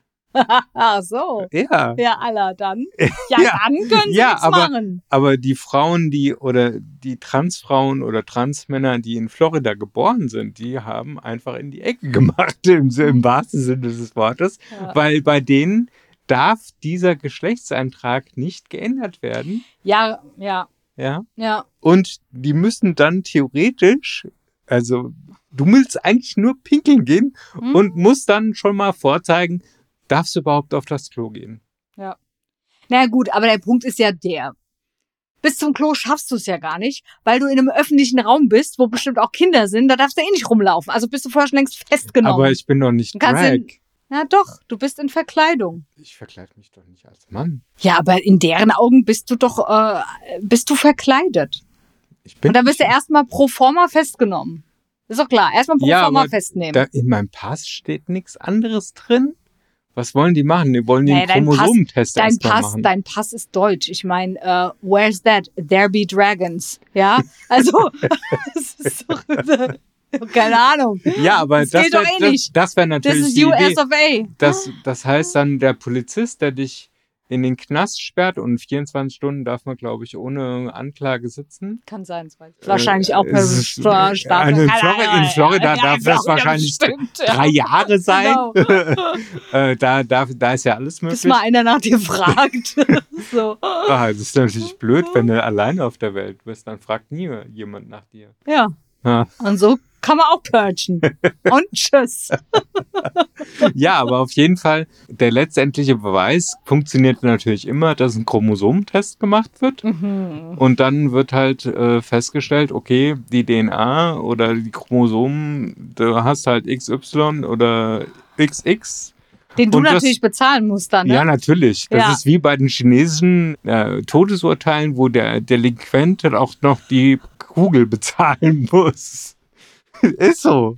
Ach so. Ja. Ja, Allah, dann. Ja, ja. dann können sie ja, nichts aber, machen. Aber die Frauen, die oder die Transfrauen oder Transmänner, die in Florida geboren sind, die haben einfach in die Ecke gemacht, im, im wahrsten Sinne des Wortes, ja. Weil bei denen darf dieser Geschlechtseintrag nicht geändert werden. Ja, ja. Ja. Ja. Und die müssen dann theoretisch, also du willst eigentlich nur pinkeln gehen hm. und musst dann schon mal vorzeigen, darfst du überhaupt auf das Klo gehen? Ja. Na gut, aber der Punkt ist ja der. Bis zum Klo schaffst du es ja gar nicht, weil du in einem öffentlichen Raum bist, wo bestimmt auch Kinder sind, da darfst du eh nicht rumlaufen. Also bist du vorher schon längst festgenommen. Aber ich bin doch nicht Drag. In, na doch, du bist in Verkleidung. Ich verkleide mich doch nicht als Mann. Ja, aber in deren Augen bist du doch, äh, bist du verkleidet. Ich bin Und dann bist du erstmal pro forma festgenommen. Ist doch klar, erstmal pro ja, forma aber festnehmen. Da in meinem Pass steht nichts anderes drin. Was wollen die machen? Die wollen den naja, Chromosomentest dein erstmal Pass, machen. Dein Pass ist deutsch. Ich meine, uh, where's that? There be dragons. Ja, also, das ist doch, keine Ahnung. Ja, aber das, das, das wäre eh das wär natürlich das ist die U S Idee. of A. Das, das heißt dann, der Polizist, der dich in den Knast sperrt und vierundzwanzig Stunden darf man, glaube ich, ohne Anklage sitzen. Kann sein. Wahrscheinlich äh, auch per Staat. In, Florida, in Florida ja, darf ja, das wahrscheinlich bestimmt, drei ja. Jahre sein. Genau. äh, da, da, da ist ja alles möglich. Bis mal einer nach dir fragt. so. Ah, das ist natürlich blöd, wenn du alleine auf der Welt bist. Dann fragt nie jemand nach dir. Ja. ja. Und so kann man auch purgen. Und tschüss. Ja, aber auf jeden Fall, der letztendliche Beweis funktioniert natürlich immer, dass ein Chromosomentest gemacht wird. Mhm. Und dann wird halt äh, festgestellt, okay, die D N A oder die Chromosomen, du hast halt X Y oder X X. Den du und natürlich das, bezahlen musst dann, ne? Ja, natürlich. Das ja. ist wie bei den chinesischen äh, Todesurteilen, wo der Delinquent auch noch die Kugel bezahlen muss. Ist so.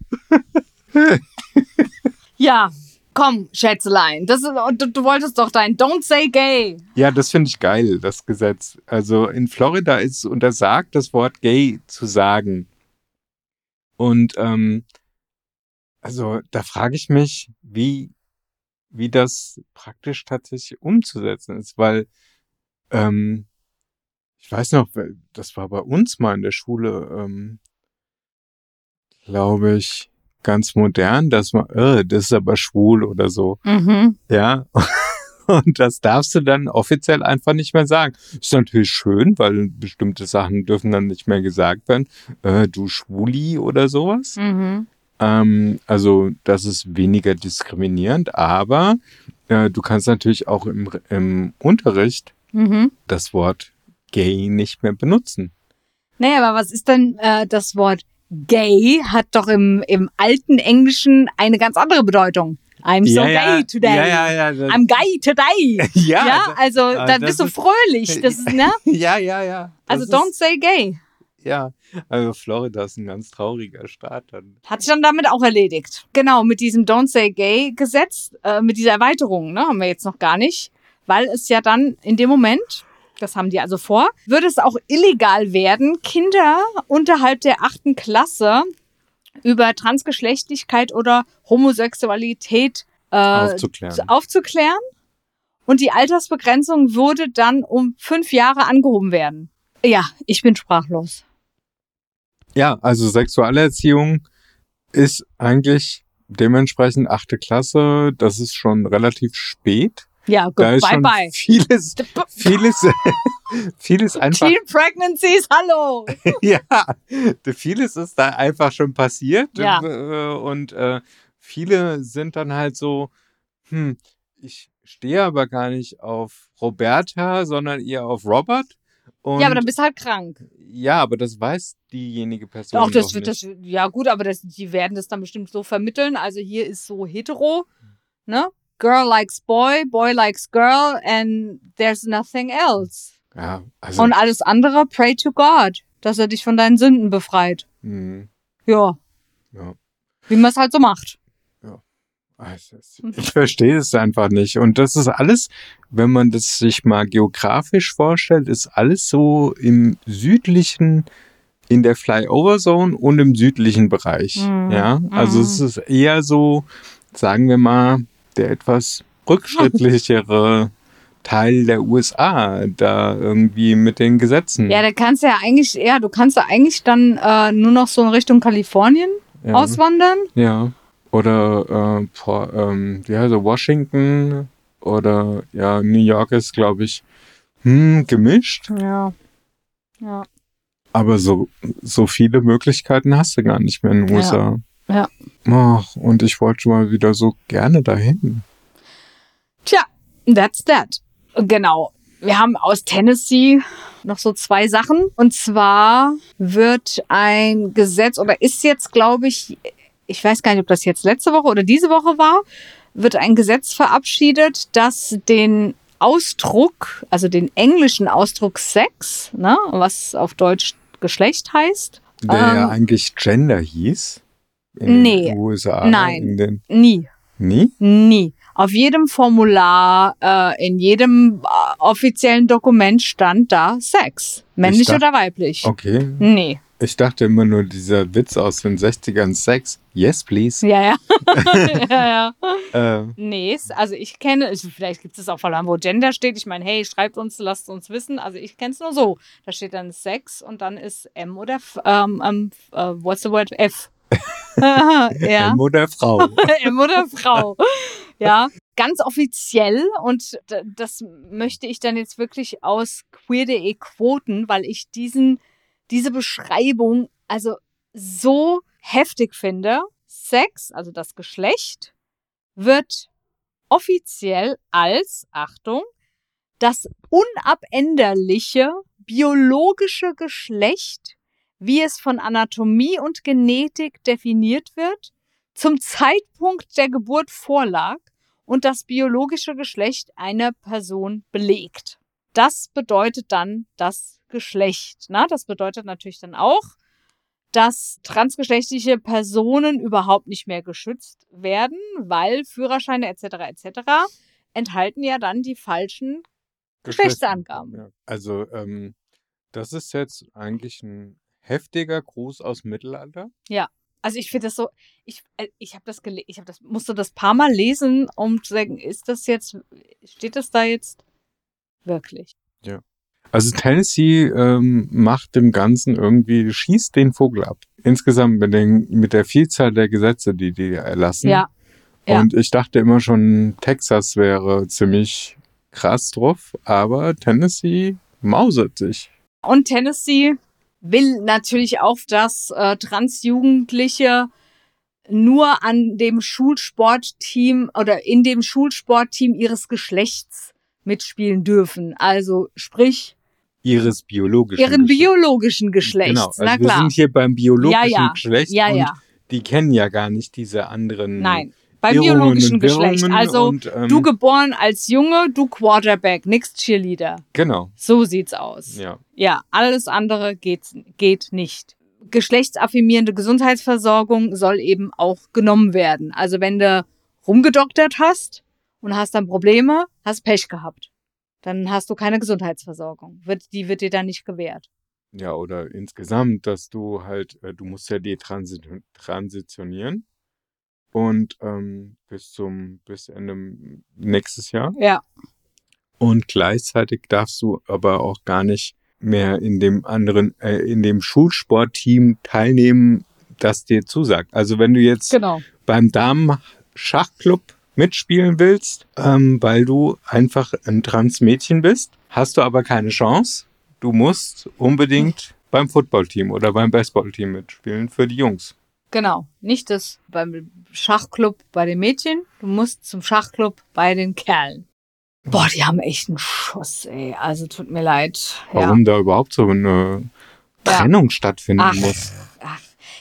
Ja, komm, Schätzelein. Das ist, du, du wolltest doch dein Don't say gay. Ja, das finde ich geil, das Gesetz. Also in Florida ist es untersagt, das Wort gay zu sagen. Und ähm, Also da frage ich mich, wie, wie das praktisch tatsächlich umzusetzen ist, weil ähm, ich weiß noch, das war bei uns mal in der Schule, ähm, glaube ich, ganz modern, dass man, äh, das ist aber schwul oder so. Mhm. Ja. Und das darfst du dann offiziell einfach nicht mehr sagen. Ist natürlich schön, weil bestimmte Sachen dürfen dann nicht mehr gesagt werden. Äh, du Schwuli oder sowas. Mhm. Ähm, also das ist weniger diskriminierend, aber äh, du kannst natürlich auch im, im Unterricht Mhm. das Wort gay nicht mehr benutzen. Naja, aber was ist denn äh, das Wort gay? Hat doch im, im alten Englischen eine ganz andere Bedeutung. I'm so Ja, ja, gay today. ja, ja, ja, das- I'm gay today. Ja, ja, da- also äh, dann das bist du ist- fröhlich. Das ist, ne? Ja, ja, ja. Das Also don't ist, say gay. ja, also Florida ist ein ganz trauriger Staat. Dann. Hat sich dann damit auch erledigt. Genau, mit diesem Don't Say Gay Gesetz, äh, mit dieser Erweiterung, ne, haben wir jetzt noch gar nicht, weil es ja dann in dem Moment, das haben die also vor, würde es auch illegal werden, Kinder unterhalb der achten Klasse über Transgeschlechtlichkeit oder Homosexualität äh, Aufzuklären. aufzuklären. Und die Altersbegrenzung würde dann um fünf Jahre angehoben werden. Ja, ich bin sprachlos. Ja, also Sexualerziehung ist eigentlich dementsprechend achte Klasse. Das ist schon relativ spät. Ja, gut, Da ist bye schon bye. vieles, vieles, vieles einfach, Teen Pregnancies, hallo! ja, vieles ist da einfach schon passiert. Ja. Äh, Und äh, viele sind dann halt so, hm, ich stehe aber gar nicht auf Roberta, sondern eher auf Robert. Und Ja, aber dann bist du halt krank. ja, aber das weiß diejenige Person Auch das doch wird nicht. das, ja gut, aber das, die werden das dann bestimmt so vermitteln. Also hier ist so hetero, ne? Girl likes boy, boy likes girl and there's nothing else. Ja, also, Und alles andere, pray to God, dass er dich von deinen Sünden befreit. hm, Ja, ja. wie man es halt so macht. Also, ich verstehe es einfach nicht. Und das ist alles, wenn man das sich mal geografisch vorstellt, ist alles so im südlichen, in der Flyover Zone und im südlichen Bereich. Mhm. Ja, also Mhm. es ist eher so, sagen wir mal, der etwas rückschrittlichere Teil der U S A, da irgendwie mit den Gesetzen. Ja, da kannst du ja eigentlich, ja, du kannst ja eigentlich dann äh, nur noch so in Richtung Kalifornien Ja. auswandern. Ja. Oder äh, vor, ähm, wie heißt er, Washington oder ja, New York ist, glaube ich, hm, gemischt. Ja. Ja. Aber so, so viele Möglichkeiten hast du gar nicht mehr in den U S A. Ja. Ach, und ich wollte mal wieder so gerne dahin. Tja, that's that. Genau. Wir haben aus Tennessee noch so zwei Sachen. Und zwar wird ein Gesetz, oder ist jetzt, glaube ich, ich weiß gar nicht, ob das jetzt letzte Woche oder diese Woche war, wird ein Gesetz verabschiedet, das den Ausdruck, also den englischen Ausdruck Sex, ne, was auf Deutsch Geschlecht heißt. Der ja ähm, eigentlich Gender hieß. In nee, den U S A. nein. In den, Nie. nie? Nie. Auf jedem Formular, äh, in jedem äh, offiziellen Dokument stand da Sex. Männlich dacht- oder weiblich. Okay. Nee. Ich dachte immer nur dieser Witz aus den sechzigern, Sex. Yes, please. Ja, ja. ja, ja. Äh, Nee, es- also ich kenne, ich- vielleicht gibt es auch Verlagen, wo Gender steht. Ich meine, hey, schreibt uns, lasst uns wissen. Also ich kenne es nur so. Da steht dann Sex und dann ist M oder F, ähm, ähm, äh, what's the word? F. ja. M oder Frau. M oder Frau. Ja, ganz offiziell und d- das möchte ich dann jetzt wirklich aus queer punkt de quoten, weil ich diesen, diese Beschreibung also so heftig finde. Sex, also das Geschlecht, wird offiziell als, Achtung, das unabänderliche biologische Geschlecht, wie es von Anatomie und Genetik definiert wird, zum Zeitpunkt der Geburt vorlag und das biologische Geschlecht einer Person belegt. Das bedeutet dann das Geschlecht. Na, das bedeutet natürlich dann auch, dass transgeschlechtliche Personen überhaupt nicht mehr geschützt werden, weil Führerscheine et cetera et cetera enthalten ja dann die falschen Geschlechtsangaben. Ja. Also, ähm, das ist jetzt eigentlich ein heftiger Gruß aus Mittelalter. Ja. Also ich finde das so, ich, ich habe das gelesen, ich habe das, musste das paar Mal lesen, um zu sagen, ist das jetzt, steht das da jetzt wirklich? Ja. Also Tennessee ähm, macht dem Ganzen irgendwie, schießt den Vogel ab. Insgesamt mit, den, mit der Vielzahl der Gesetze, die die erlassen. Ja. ja. Und ich dachte immer schon, Texas wäre ziemlich krass drauf, aber Tennessee mausert sich. Und Tennessee will natürlich auch, dass äh, Transjugendliche nur an dem Schulsportteam oder in dem Schulsportteam ihres Geschlechts mitspielen dürfen. Also sprich ihres biologischen ihren Geschlechts. biologischen Geschlechts. Genau, also Na wir klar. sind hier beim biologischen ja, ja. Geschlecht ja, und ja. die kennen ja gar nicht diese anderen Nein, beim Irrungen biologischen und Geschlecht. Wirrungen Also und, ähm, du geboren als Junge, du Quarterback, nix Cheerleader. Genau. So sieht's aus. Ja. Ja, alles andere geht, geht nicht. Geschlechtsaffirmierende Gesundheitsversorgung soll eben auch genommen werden. Also wenn du rumgedoktert hast und hast dann Probleme, hast Pech gehabt. Dann hast du keine Gesundheitsversorgung. Wird, die wird dir dann nicht gewährt. Ja, oder insgesamt, dass du halt, äh, du musst ja detransi- transitionieren und ähm, bis zum, bis Ende nächstes Jahr. Ja. Und gleichzeitig darfst du aber auch gar nicht mehr in dem anderen, äh, in dem Schulsportteam teilnehmen, das dir zusagt. Also wenn du jetzt Genau. beim Damen-Schachclub mitspielen willst, ähm, weil du einfach ein Transmädchen bist, hast du aber keine Chance. Du musst unbedingt beim Footballteam oder beim Baseballteam mitspielen für die Jungs. Genau. Nicht das beim Schachclub bei den Mädchen, du musst zum Schachclub bei den Kerlen. Boah, die haben echt einen Schuss, ey. Also tut mir leid. Warum ja. da überhaupt so eine Trennung ja. stattfinden ach, muss. Ach.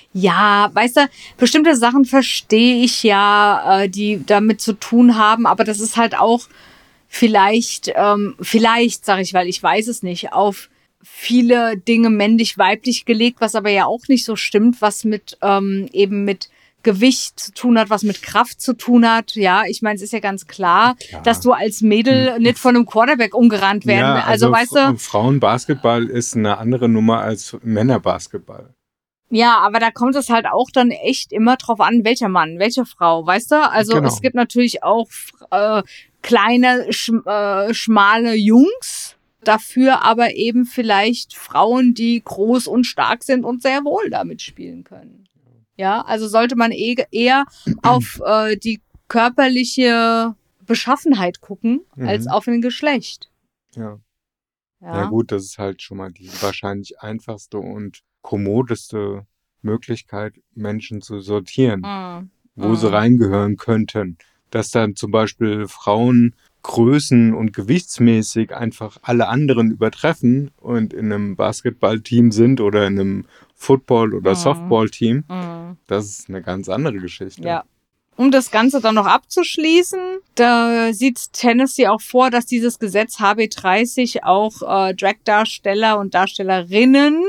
Ja, weißt du, bestimmte Sachen verstehe ich ja, äh, die damit zu tun haben, aber das ist halt auch vielleicht, ähm, vielleicht, sage ich, weil ich weiß es nicht, auf viele Dinge männlich-weiblich gelegt, was aber ja auch nicht so stimmt, was mit ähm, eben mit Gewicht zu tun hat, was mit Kraft zu tun hat. Ja, ich meine, es ist ja ganz klar, klar, dass du als Mädel nicht von einem Quarterback umgerannt werden. Ja, also, also weißt du, Frauenbasketball ist eine andere Nummer als Männerbasketball. Ja, aber da kommt es halt auch dann echt immer drauf an, welcher Mann, welche Frau, weißt du? Also genau. Es gibt natürlich auch äh, kleine, sch- äh, schmale Jungs, dafür aber eben vielleicht Frauen, die groß und stark sind und sehr wohl damit spielen können. Ja, also sollte man e- eher auf äh, die körperliche Beschaffenheit gucken, mhm. als auf ein Geschlecht. Ja. ja. Ja gut, das ist halt schon mal die wahrscheinlich einfachste und kommodeste Möglichkeit, Menschen zu sortieren, mm. wo mm. sie reingehören könnten. Dass dann zum Beispiel Frauen größen- und gewichtsmäßig einfach alle anderen übertreffen und in einem Basketballteam sind oder in einem Football- oder mm. Softballteam, mm. das ist eine ganz andere Geschichte. Ja. Um das Ganze dann noch abzuschließen, da sieht Tennessee auch vor, dass dieses Gesetz H B dreißig auch äh, Drag-Darsteller und Darstellerinnen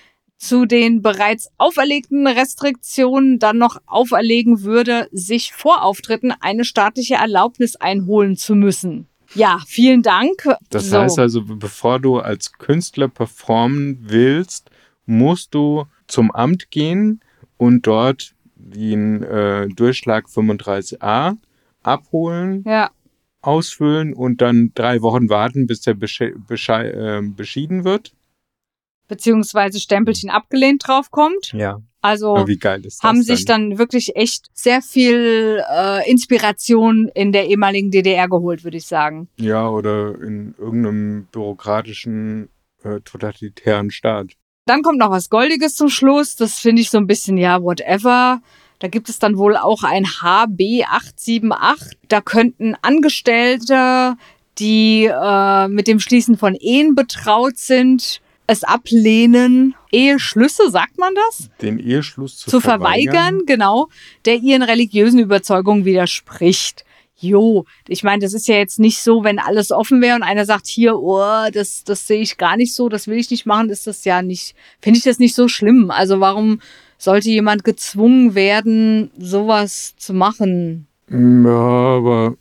zu den bereits auferlegten Restriktionen dann noch auferlegen würde, sich vor Auftritten eine staatliche Erlaubnis einholen zu müssen. Ja, vielen Dank. Das so. heißt also, bevor du als Künstler performen willst, musst du zum Amt gehen und dort den äh, Durchschlag fünfunddreißig a abholen, ja. ausfüllen und dann drei Wochen warten, bis der besche- besche- äh, beschieden wird. Beziehungsweise Stempelchen abgelehnt draufkommt. Ja. Also aber wie geil ist das haben denn? sich dann wirklich echt sehr viel äh, Inspiration in der ehemaligen D D R geholt, würde ich sagen. Ja, oder in irgendeinem bürokratischen, äh, totalitären Staat. Dann kommt noch was Goldiges zum Schluss. Das finde ich so ein bisschen, ja, whatever. Da gibt es dann wohl auch ein H B acht sieben acht. Da könnten Angestellte, die äh, mit dem Schließen von Ehen betraut sind, es ablehnen, Eheschlüsse, sagt man das? Den Eheschluss zu, zu verweigern. verweigern, genau, der ihren religiösen Überzeugungen widerspricht. Jo, ich meine, das ist ja jetzt nicht so, wenn alles offen wäre und einer sagt, hier, oh, das, das sehe ich gar nicht so, das will ich nicht machen, ist das ja nicht, finde ich das nicht so schlimm. Also warum sollte jemand gezwungen werden, sowas zu machen? Ja, aber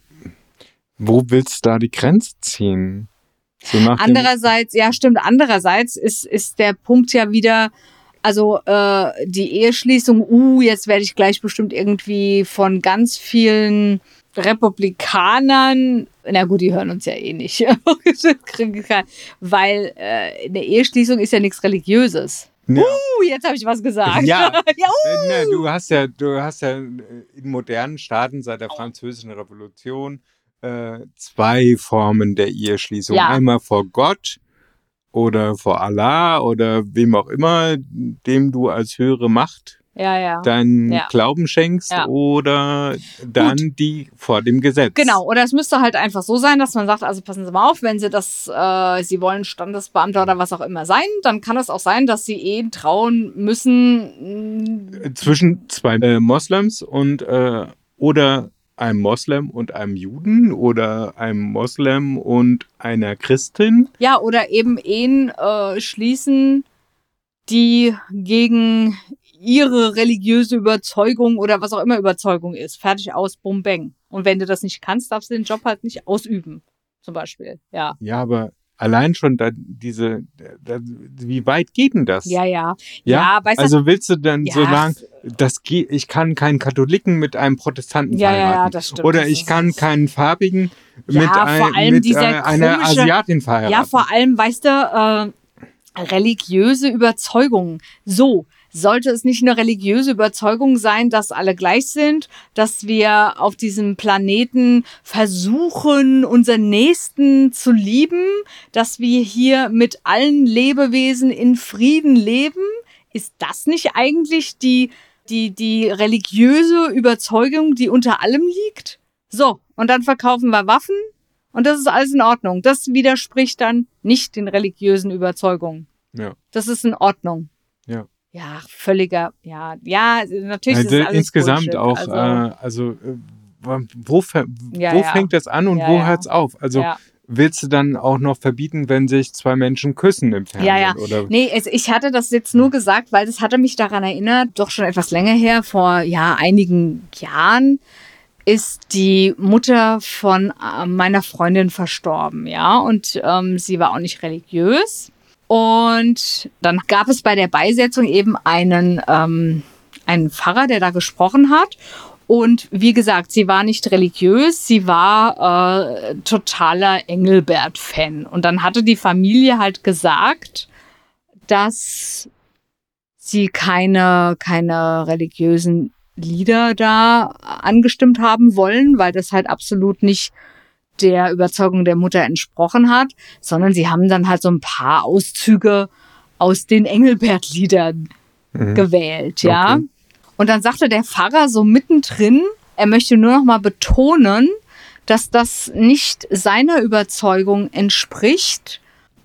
wo willst du da die Grenze ziehen? So Andererseits, ja stimmt, andererseits ist, ist der Punkt ja wieder, Also äh, die Eheschließung, uh, jetzt werde ich gleich bestimmt irgendwie von ganz vielen Republikanern, na gut, die hören uns ja eh nicht, weil äh, eine Eheschließung ist ja nichts Religiöses. Ja. Uh, jetzt habe ich was gesagt. Ja, ja uh. ja, du hast ja, du hast ja in modernen Staaten seit der Französischen Revolution äh, zwei Formen der Eheschließung. Ja. Einmal vor Gott oder vor Allah oder wem auch immer, dem du als höhere Macht ja, ja. deinen ja. Glauben schenkst ja. oder dann Gut. die vor dem Gesetz. Genau, oder es müsste halt einfach so sein, dass man sagt, also passen Sie mal auf, wenn Sie das, äh, Sie wollen Standesbeamter oder was auch immer sein, dann kann es auch sein, dass Sie Ehen trauen müssen. Zwischen zwei äh, Moslems und äh, oder einem Moslem und einem Juden oder einem Moslem und einer Christin. Ja, oder eben Ehen äh, schließen, die gegen ihre religiöse Überzeugung oder was auch immer Überzeugung ist. Fertig, aus, bum, bang. Und wenn du das nicht kannst, darfst du den Job halt nicht ausüben, zum Beispiel. Ja, ja, aber allein schon da diese, da, wie weit geht denn das? Ja, ja. Ja, ja weißt also du, willst du dann ja. so sagen, das geht, ich kann keinen Katholiken mit einem Protestanten ja, verheiraten. Ja, ja, das stimmt. Oder das ich kann keinen Farbigen ja, mit, ein, ein, mit dieser äh, einer komische, Asiatin verheiraten. Ja, vor allem, weißt du, äh, religiöse Überzeugungen. So, sollte es nicht eine religiöse Überzeugung sein, dass alle gleich sind, dass wir auf diesem Planeten versuchen, unseren Nächsten zu lieben, dass wir hier mit allen Lebewesen in Frieden leben? Ist das nicht eigentlich die, die, die religiöse Überzeugung, die unter allem liegt? So, und dann verkaufen wir Waffen und das ist alles in Ordnung. Das widerspricht dann nicht den religiösen Überzeugungen. Ja. Das ist in Ordnung. Ja. Ja, völliger, ja, ja, natürlich also ist es alles insgesamt Bullshit. auch, also, äh, also äh, wo, ja, wo ja. fängt das an und ja, wo ja. hört's auf? Also ja. willst du dann auch noch verbieten, wenn sich zwei Menschen küssen im Fernsehen? Ja, ja. Oder? Nee, es, ich hatte das jetzt nur gesagt, weil das hatte mich daran erinnert, doch schon etwas länger her, vor ja einigen Jahren ist die Mutter von äh, meiner Freundin verstorben, ja, und ähm, sie war auch nicht religiös. Und dann gab es bei der Beisetzung eben einen, ähm, einen Pfarrer, der da gesprochen hat. Und wie gesagt, sie war nicht religiös, sie war äh, totaler Engelbert-Fan. Und dann hatte die Familie halt gesagt, dass sie keine, keine religiösen Lieder da angestimmt haben wollen, weil das halt absolut nicht der Überzeugung der Mutter entsprochen hat, sondern sie haben dann halt so ein paar Auszüge aus den Engelbert-Liedern mhm. gewählt, ja. Okay. Und dann sagte der Pfarrer so mittendrin, er möchte nur noch mal betonen, dass das nicht seiner Überzeugung entspricht,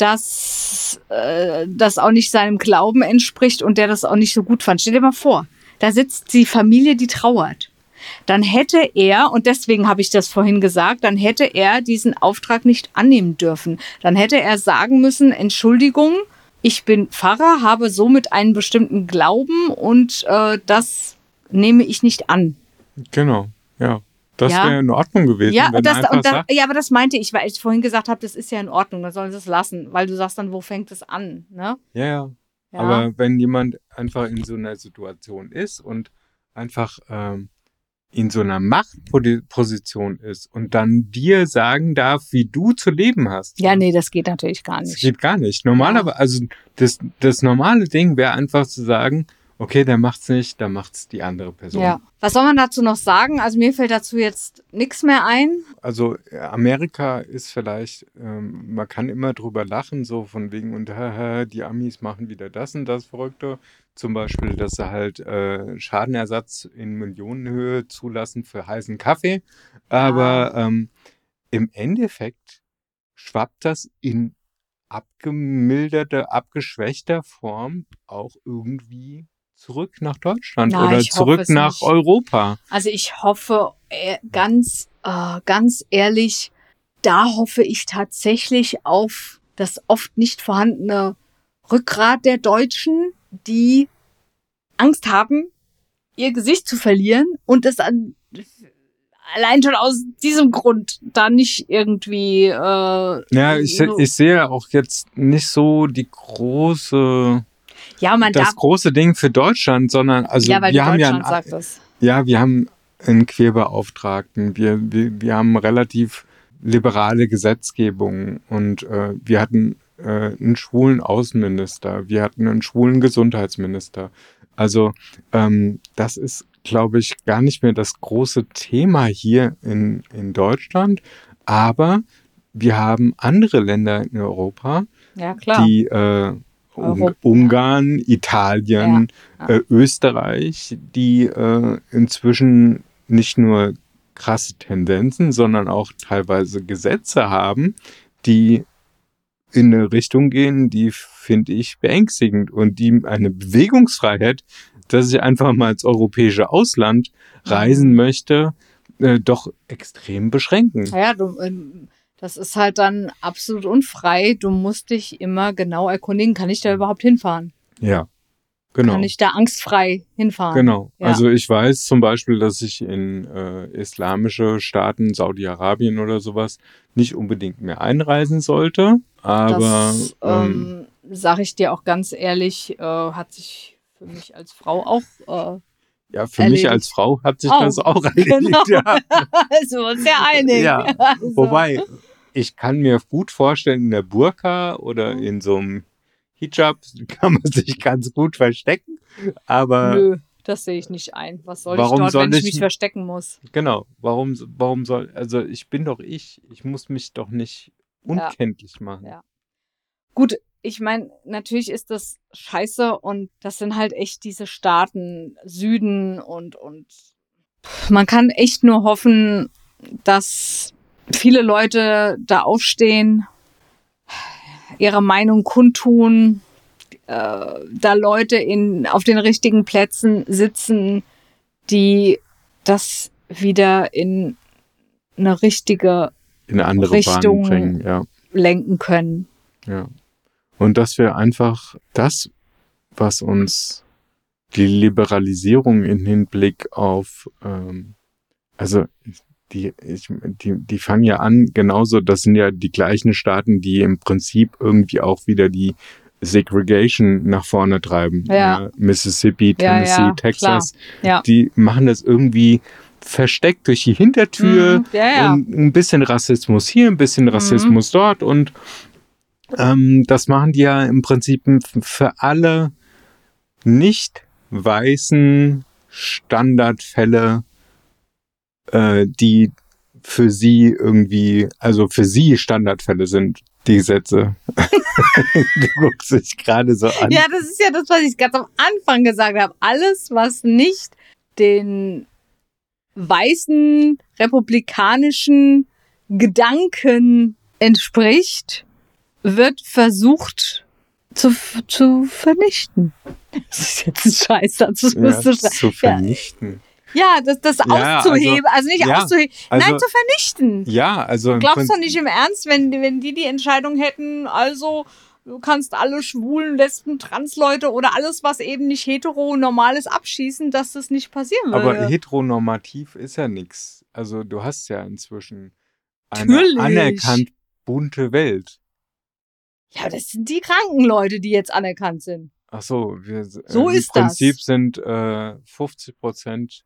dass äh, das auch nicht seinem Glauben entspricht und der das auch nicht so gut fand. Stell dir mal vor, da sitzt die Familie, die trauert. Dann hätte er, und deswegen habe ich das vorhin gesagt, dann hätte er diesen Auftrag nicht annehmen dürfen. Dann hätte er sagen müssen, Entschuldigung, ich bin Pfarrer, habe somit einen bestimmten Glauben und äh, das nehme ich nicht an. Genau, ja. Das ja. wäre in Ordnung gewesen. Ja, wenn das, er einfach und das, sagt, ja, aber das meinte ich, weil ich vorhin gesagt habe, das ist ja in Ordnung, dann sollen sie es lassen, weil du sagst dann, wo fängt es an, ne? Ja, ja. Ja. Aber wenn jemand einfach in so einer Situation ist und einfach ähm, in so einer Machtposition ist und dann dir sagen darf, wie du zu leben hast. Ja, nee, das geht natürlich gar nicht. Das geht gar nicht. Normalerweise, ja. also das, das normale Ding wäre einfach zu sagen, okay, der macht's nicht, dann macht's die andere Person. Ja. Was soll man dazu noch sagen? Also mir fällt dazu jetzt nichts mehr ein. Also Amerika ist vielleicht, ähm, man kann immer drüber lachen, so von wegen, und haha, die Amis machen wieder das und das Verrückte. Zum Beispiel, dass sie halt äh, Schadenersatz in Millionenhöhe zulassen für heißen Kaffee. Aber ah. ähm, im Endeffekt schwappt das in abgemilderter, abgeschwächter Form auch irgendwie zurück nach Deutschland Na, oder zurück nach nicht. Europa. Also ich hoffe äh, ganz, äh, ganz ehrlich, da hoffe ich tatsächlich auf das oft nicht vorhandene Rückgrat der Deutschen, die Angst haben, ihr Gesicht zu verlieren und es an, allein schon aus diesem Grund da nicht irgendwie... Äh, ja, ich, ich sehe auch jetzt nicht so die große... Ja, man das darf, große Ding für Deutschland, sondern also ja, weil wir haben Deutschland ja sagt ein, das. ja, wir haben einen Queerbeauftragten, wir, wir, wir haben relativ liberale Gesetzgebung und äh, wir hatten äh, einen schwulen Außenminister, wir hatten einen schwulen Gesundheitsminister. Also ähm, das ist, glaube ich, gar nicht mehr das große Thema hier in, in Deutschland, aber wir haben andere Länder in Europa, Ja, klar. die äh, Europa. Ungarn, Italien, Ja, ja. Äh, Österreich, die äh, inzwischen nicht nur krasse Tendenzen, sondern auch teilweise Gesetze haben, die in eine Richtung gehen, die finde ich beängstigend und die eine Bewegungsfreiheit, dass ich einfach mal ins europäische Ausland reisen Mhm. möchte, äh, doch extrem beschränken. Ja, du, ähm, das ist halt dann absolut unfrei. Du musst dich immer genau erkundigen, kann ich da überhaupt hinfahren? Ja, genau. Kann ich da angstfrei hinfahren? Genau. Ja. Also ich weiß zum Beispiel, dass ich in äh, islamische Staaten, Saudi-Arabien oder sowas, nicht unbedingt mehr einreisen sollte. Aber das ähm, ähm, sage ich dir auch ganz ehrlich, äh, hat sich für mich als Frau auch äh, ja, für erledigt. mich als Frau hat sich Auch. das auch erledigt. Genau. Ja. Also uns ja einig. Ja. Also. Wobei, ich kann mir gut vorstellen, in der Burka oder in so einem Hijab kann man sich ganz gut verstecken. Aber Nö, das sehe ich nicht ein. Was soll Warum ich dort, soll wenn ich ich- mich verstecken muss? genau, warum, warum soll, also ich bin doch ich, ich muss mich doch nicht Ja. unkenntlich machen. Ja. Gut, ich meine, natürlich ist das scheiße und das sind halt echt diese Staaten, Süden und, und man kann echt nur hoffen, dass viele Leute da aufstehen, ihre Meinung kundtun, äh, da Leute in, auf den richtigen Plätzen sitzen, die das wieder in eine richtige In eine andere Richtung Bahn bringen, ja. lenken können. Ja. Und dass wir einfach das, was uns die Liberalisierung im Hinblick auf, ähm, also die, ich, die, die fangen ja an, genauso, das sind ja die gleichen Staaten, die im Prinzip irgendwie auch wieder die Segregation nach vorne treiben. Ja. Mississippi, Ja, Tennessee, ja, Texas, Ja. die machen das irgendwie versteckt durch die Hintertür Mhm, ja, ja. und ein bisschen Rassismus hier, ein bisschen Rassismus dort und ähm, das machen die ja im Prinzip für alle nicht weißen Standardfälle, äh, die für sie irgendwie, also für sie Standardfälle sind, die Gesetze. Du guckst dich gerade so an. Ja, das ist ja das, was ich ganz am Anfang gesagt habe. Alles, was nicht den weißen republikanischen Gedanken entspricht, wird versucht zu, zu vernichten. Das ist jetzt ein Scheißsatz. Das Ja, musst du zu ja, vernichten. ja, das, das Ja, auszuheben. Also, nicht ja, auszuheben, also- nein, zu vernichten. Ja, also im Glaubst du Prinzip- nicht im Ernst, wenn, wenn die die Entscheidung hätten, also du kannst alle Schwulen, Lesben, Transleute oder alles, was eben nicht hetero-normal ist, abschießen, dass das nicht passieren würde? Aber heteronormativ ist ja nichts. Also du hast ja inzwischen eine Natürlich. anerkannt bunte Welt. Ja, das sind die kranken Leute, die jetzt anerkannt sind. Ach so, wir, So äh, im ist das. Prinzip sind äh, fünfzig Prozent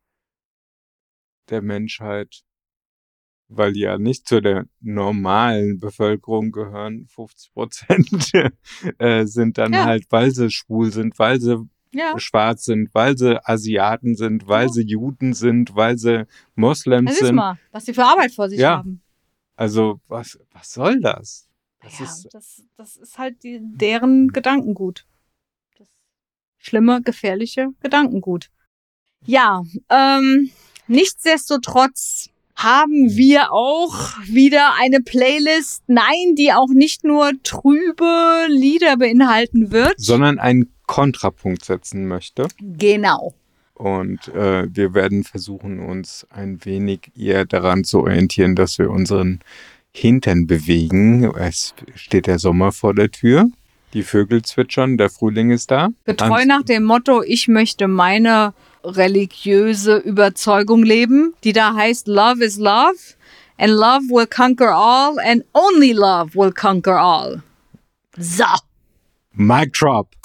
der Menschheit, weil die ja nicht zu der normalen Bevölkerung gehören, fünfzig Prozent äh, sind dann Ja. halt, weil sie schwul sind, weil sie Ja, schwarz sind, weil sie Asiaten sind, weil Ja. sie Juden sind, weil sie Moslems das ist sind. mal, was sie für Arbeit vor sich Ja. haben. Also was, was soll das? Das ja, ist das, das ist halt die, deren Gedankengut. Das schlimme, gefährliche Gedankengut. Ja, ähm, nichtsdestotrotz haben wir auch wieder eine Playlist, nein, die auch nicht nur trübe Lieder beinhalten wird. sondern einen Kontrapunkt setzen möchte. Genau. Und äh, wir werden versuchen, uns ein wenig eher daran zu orientieren, dass wir unseren Hintern bewegen. Es steht der Sommer vor der Tür. Die Vögel zwitschern, der Frühling ist da. Getreu Und- nach dem Motto, ich möchte meine religiöse Überzeugung leben, die da heißt, Love is love and love will conquer all and only love will conquer all. So. Mic drop.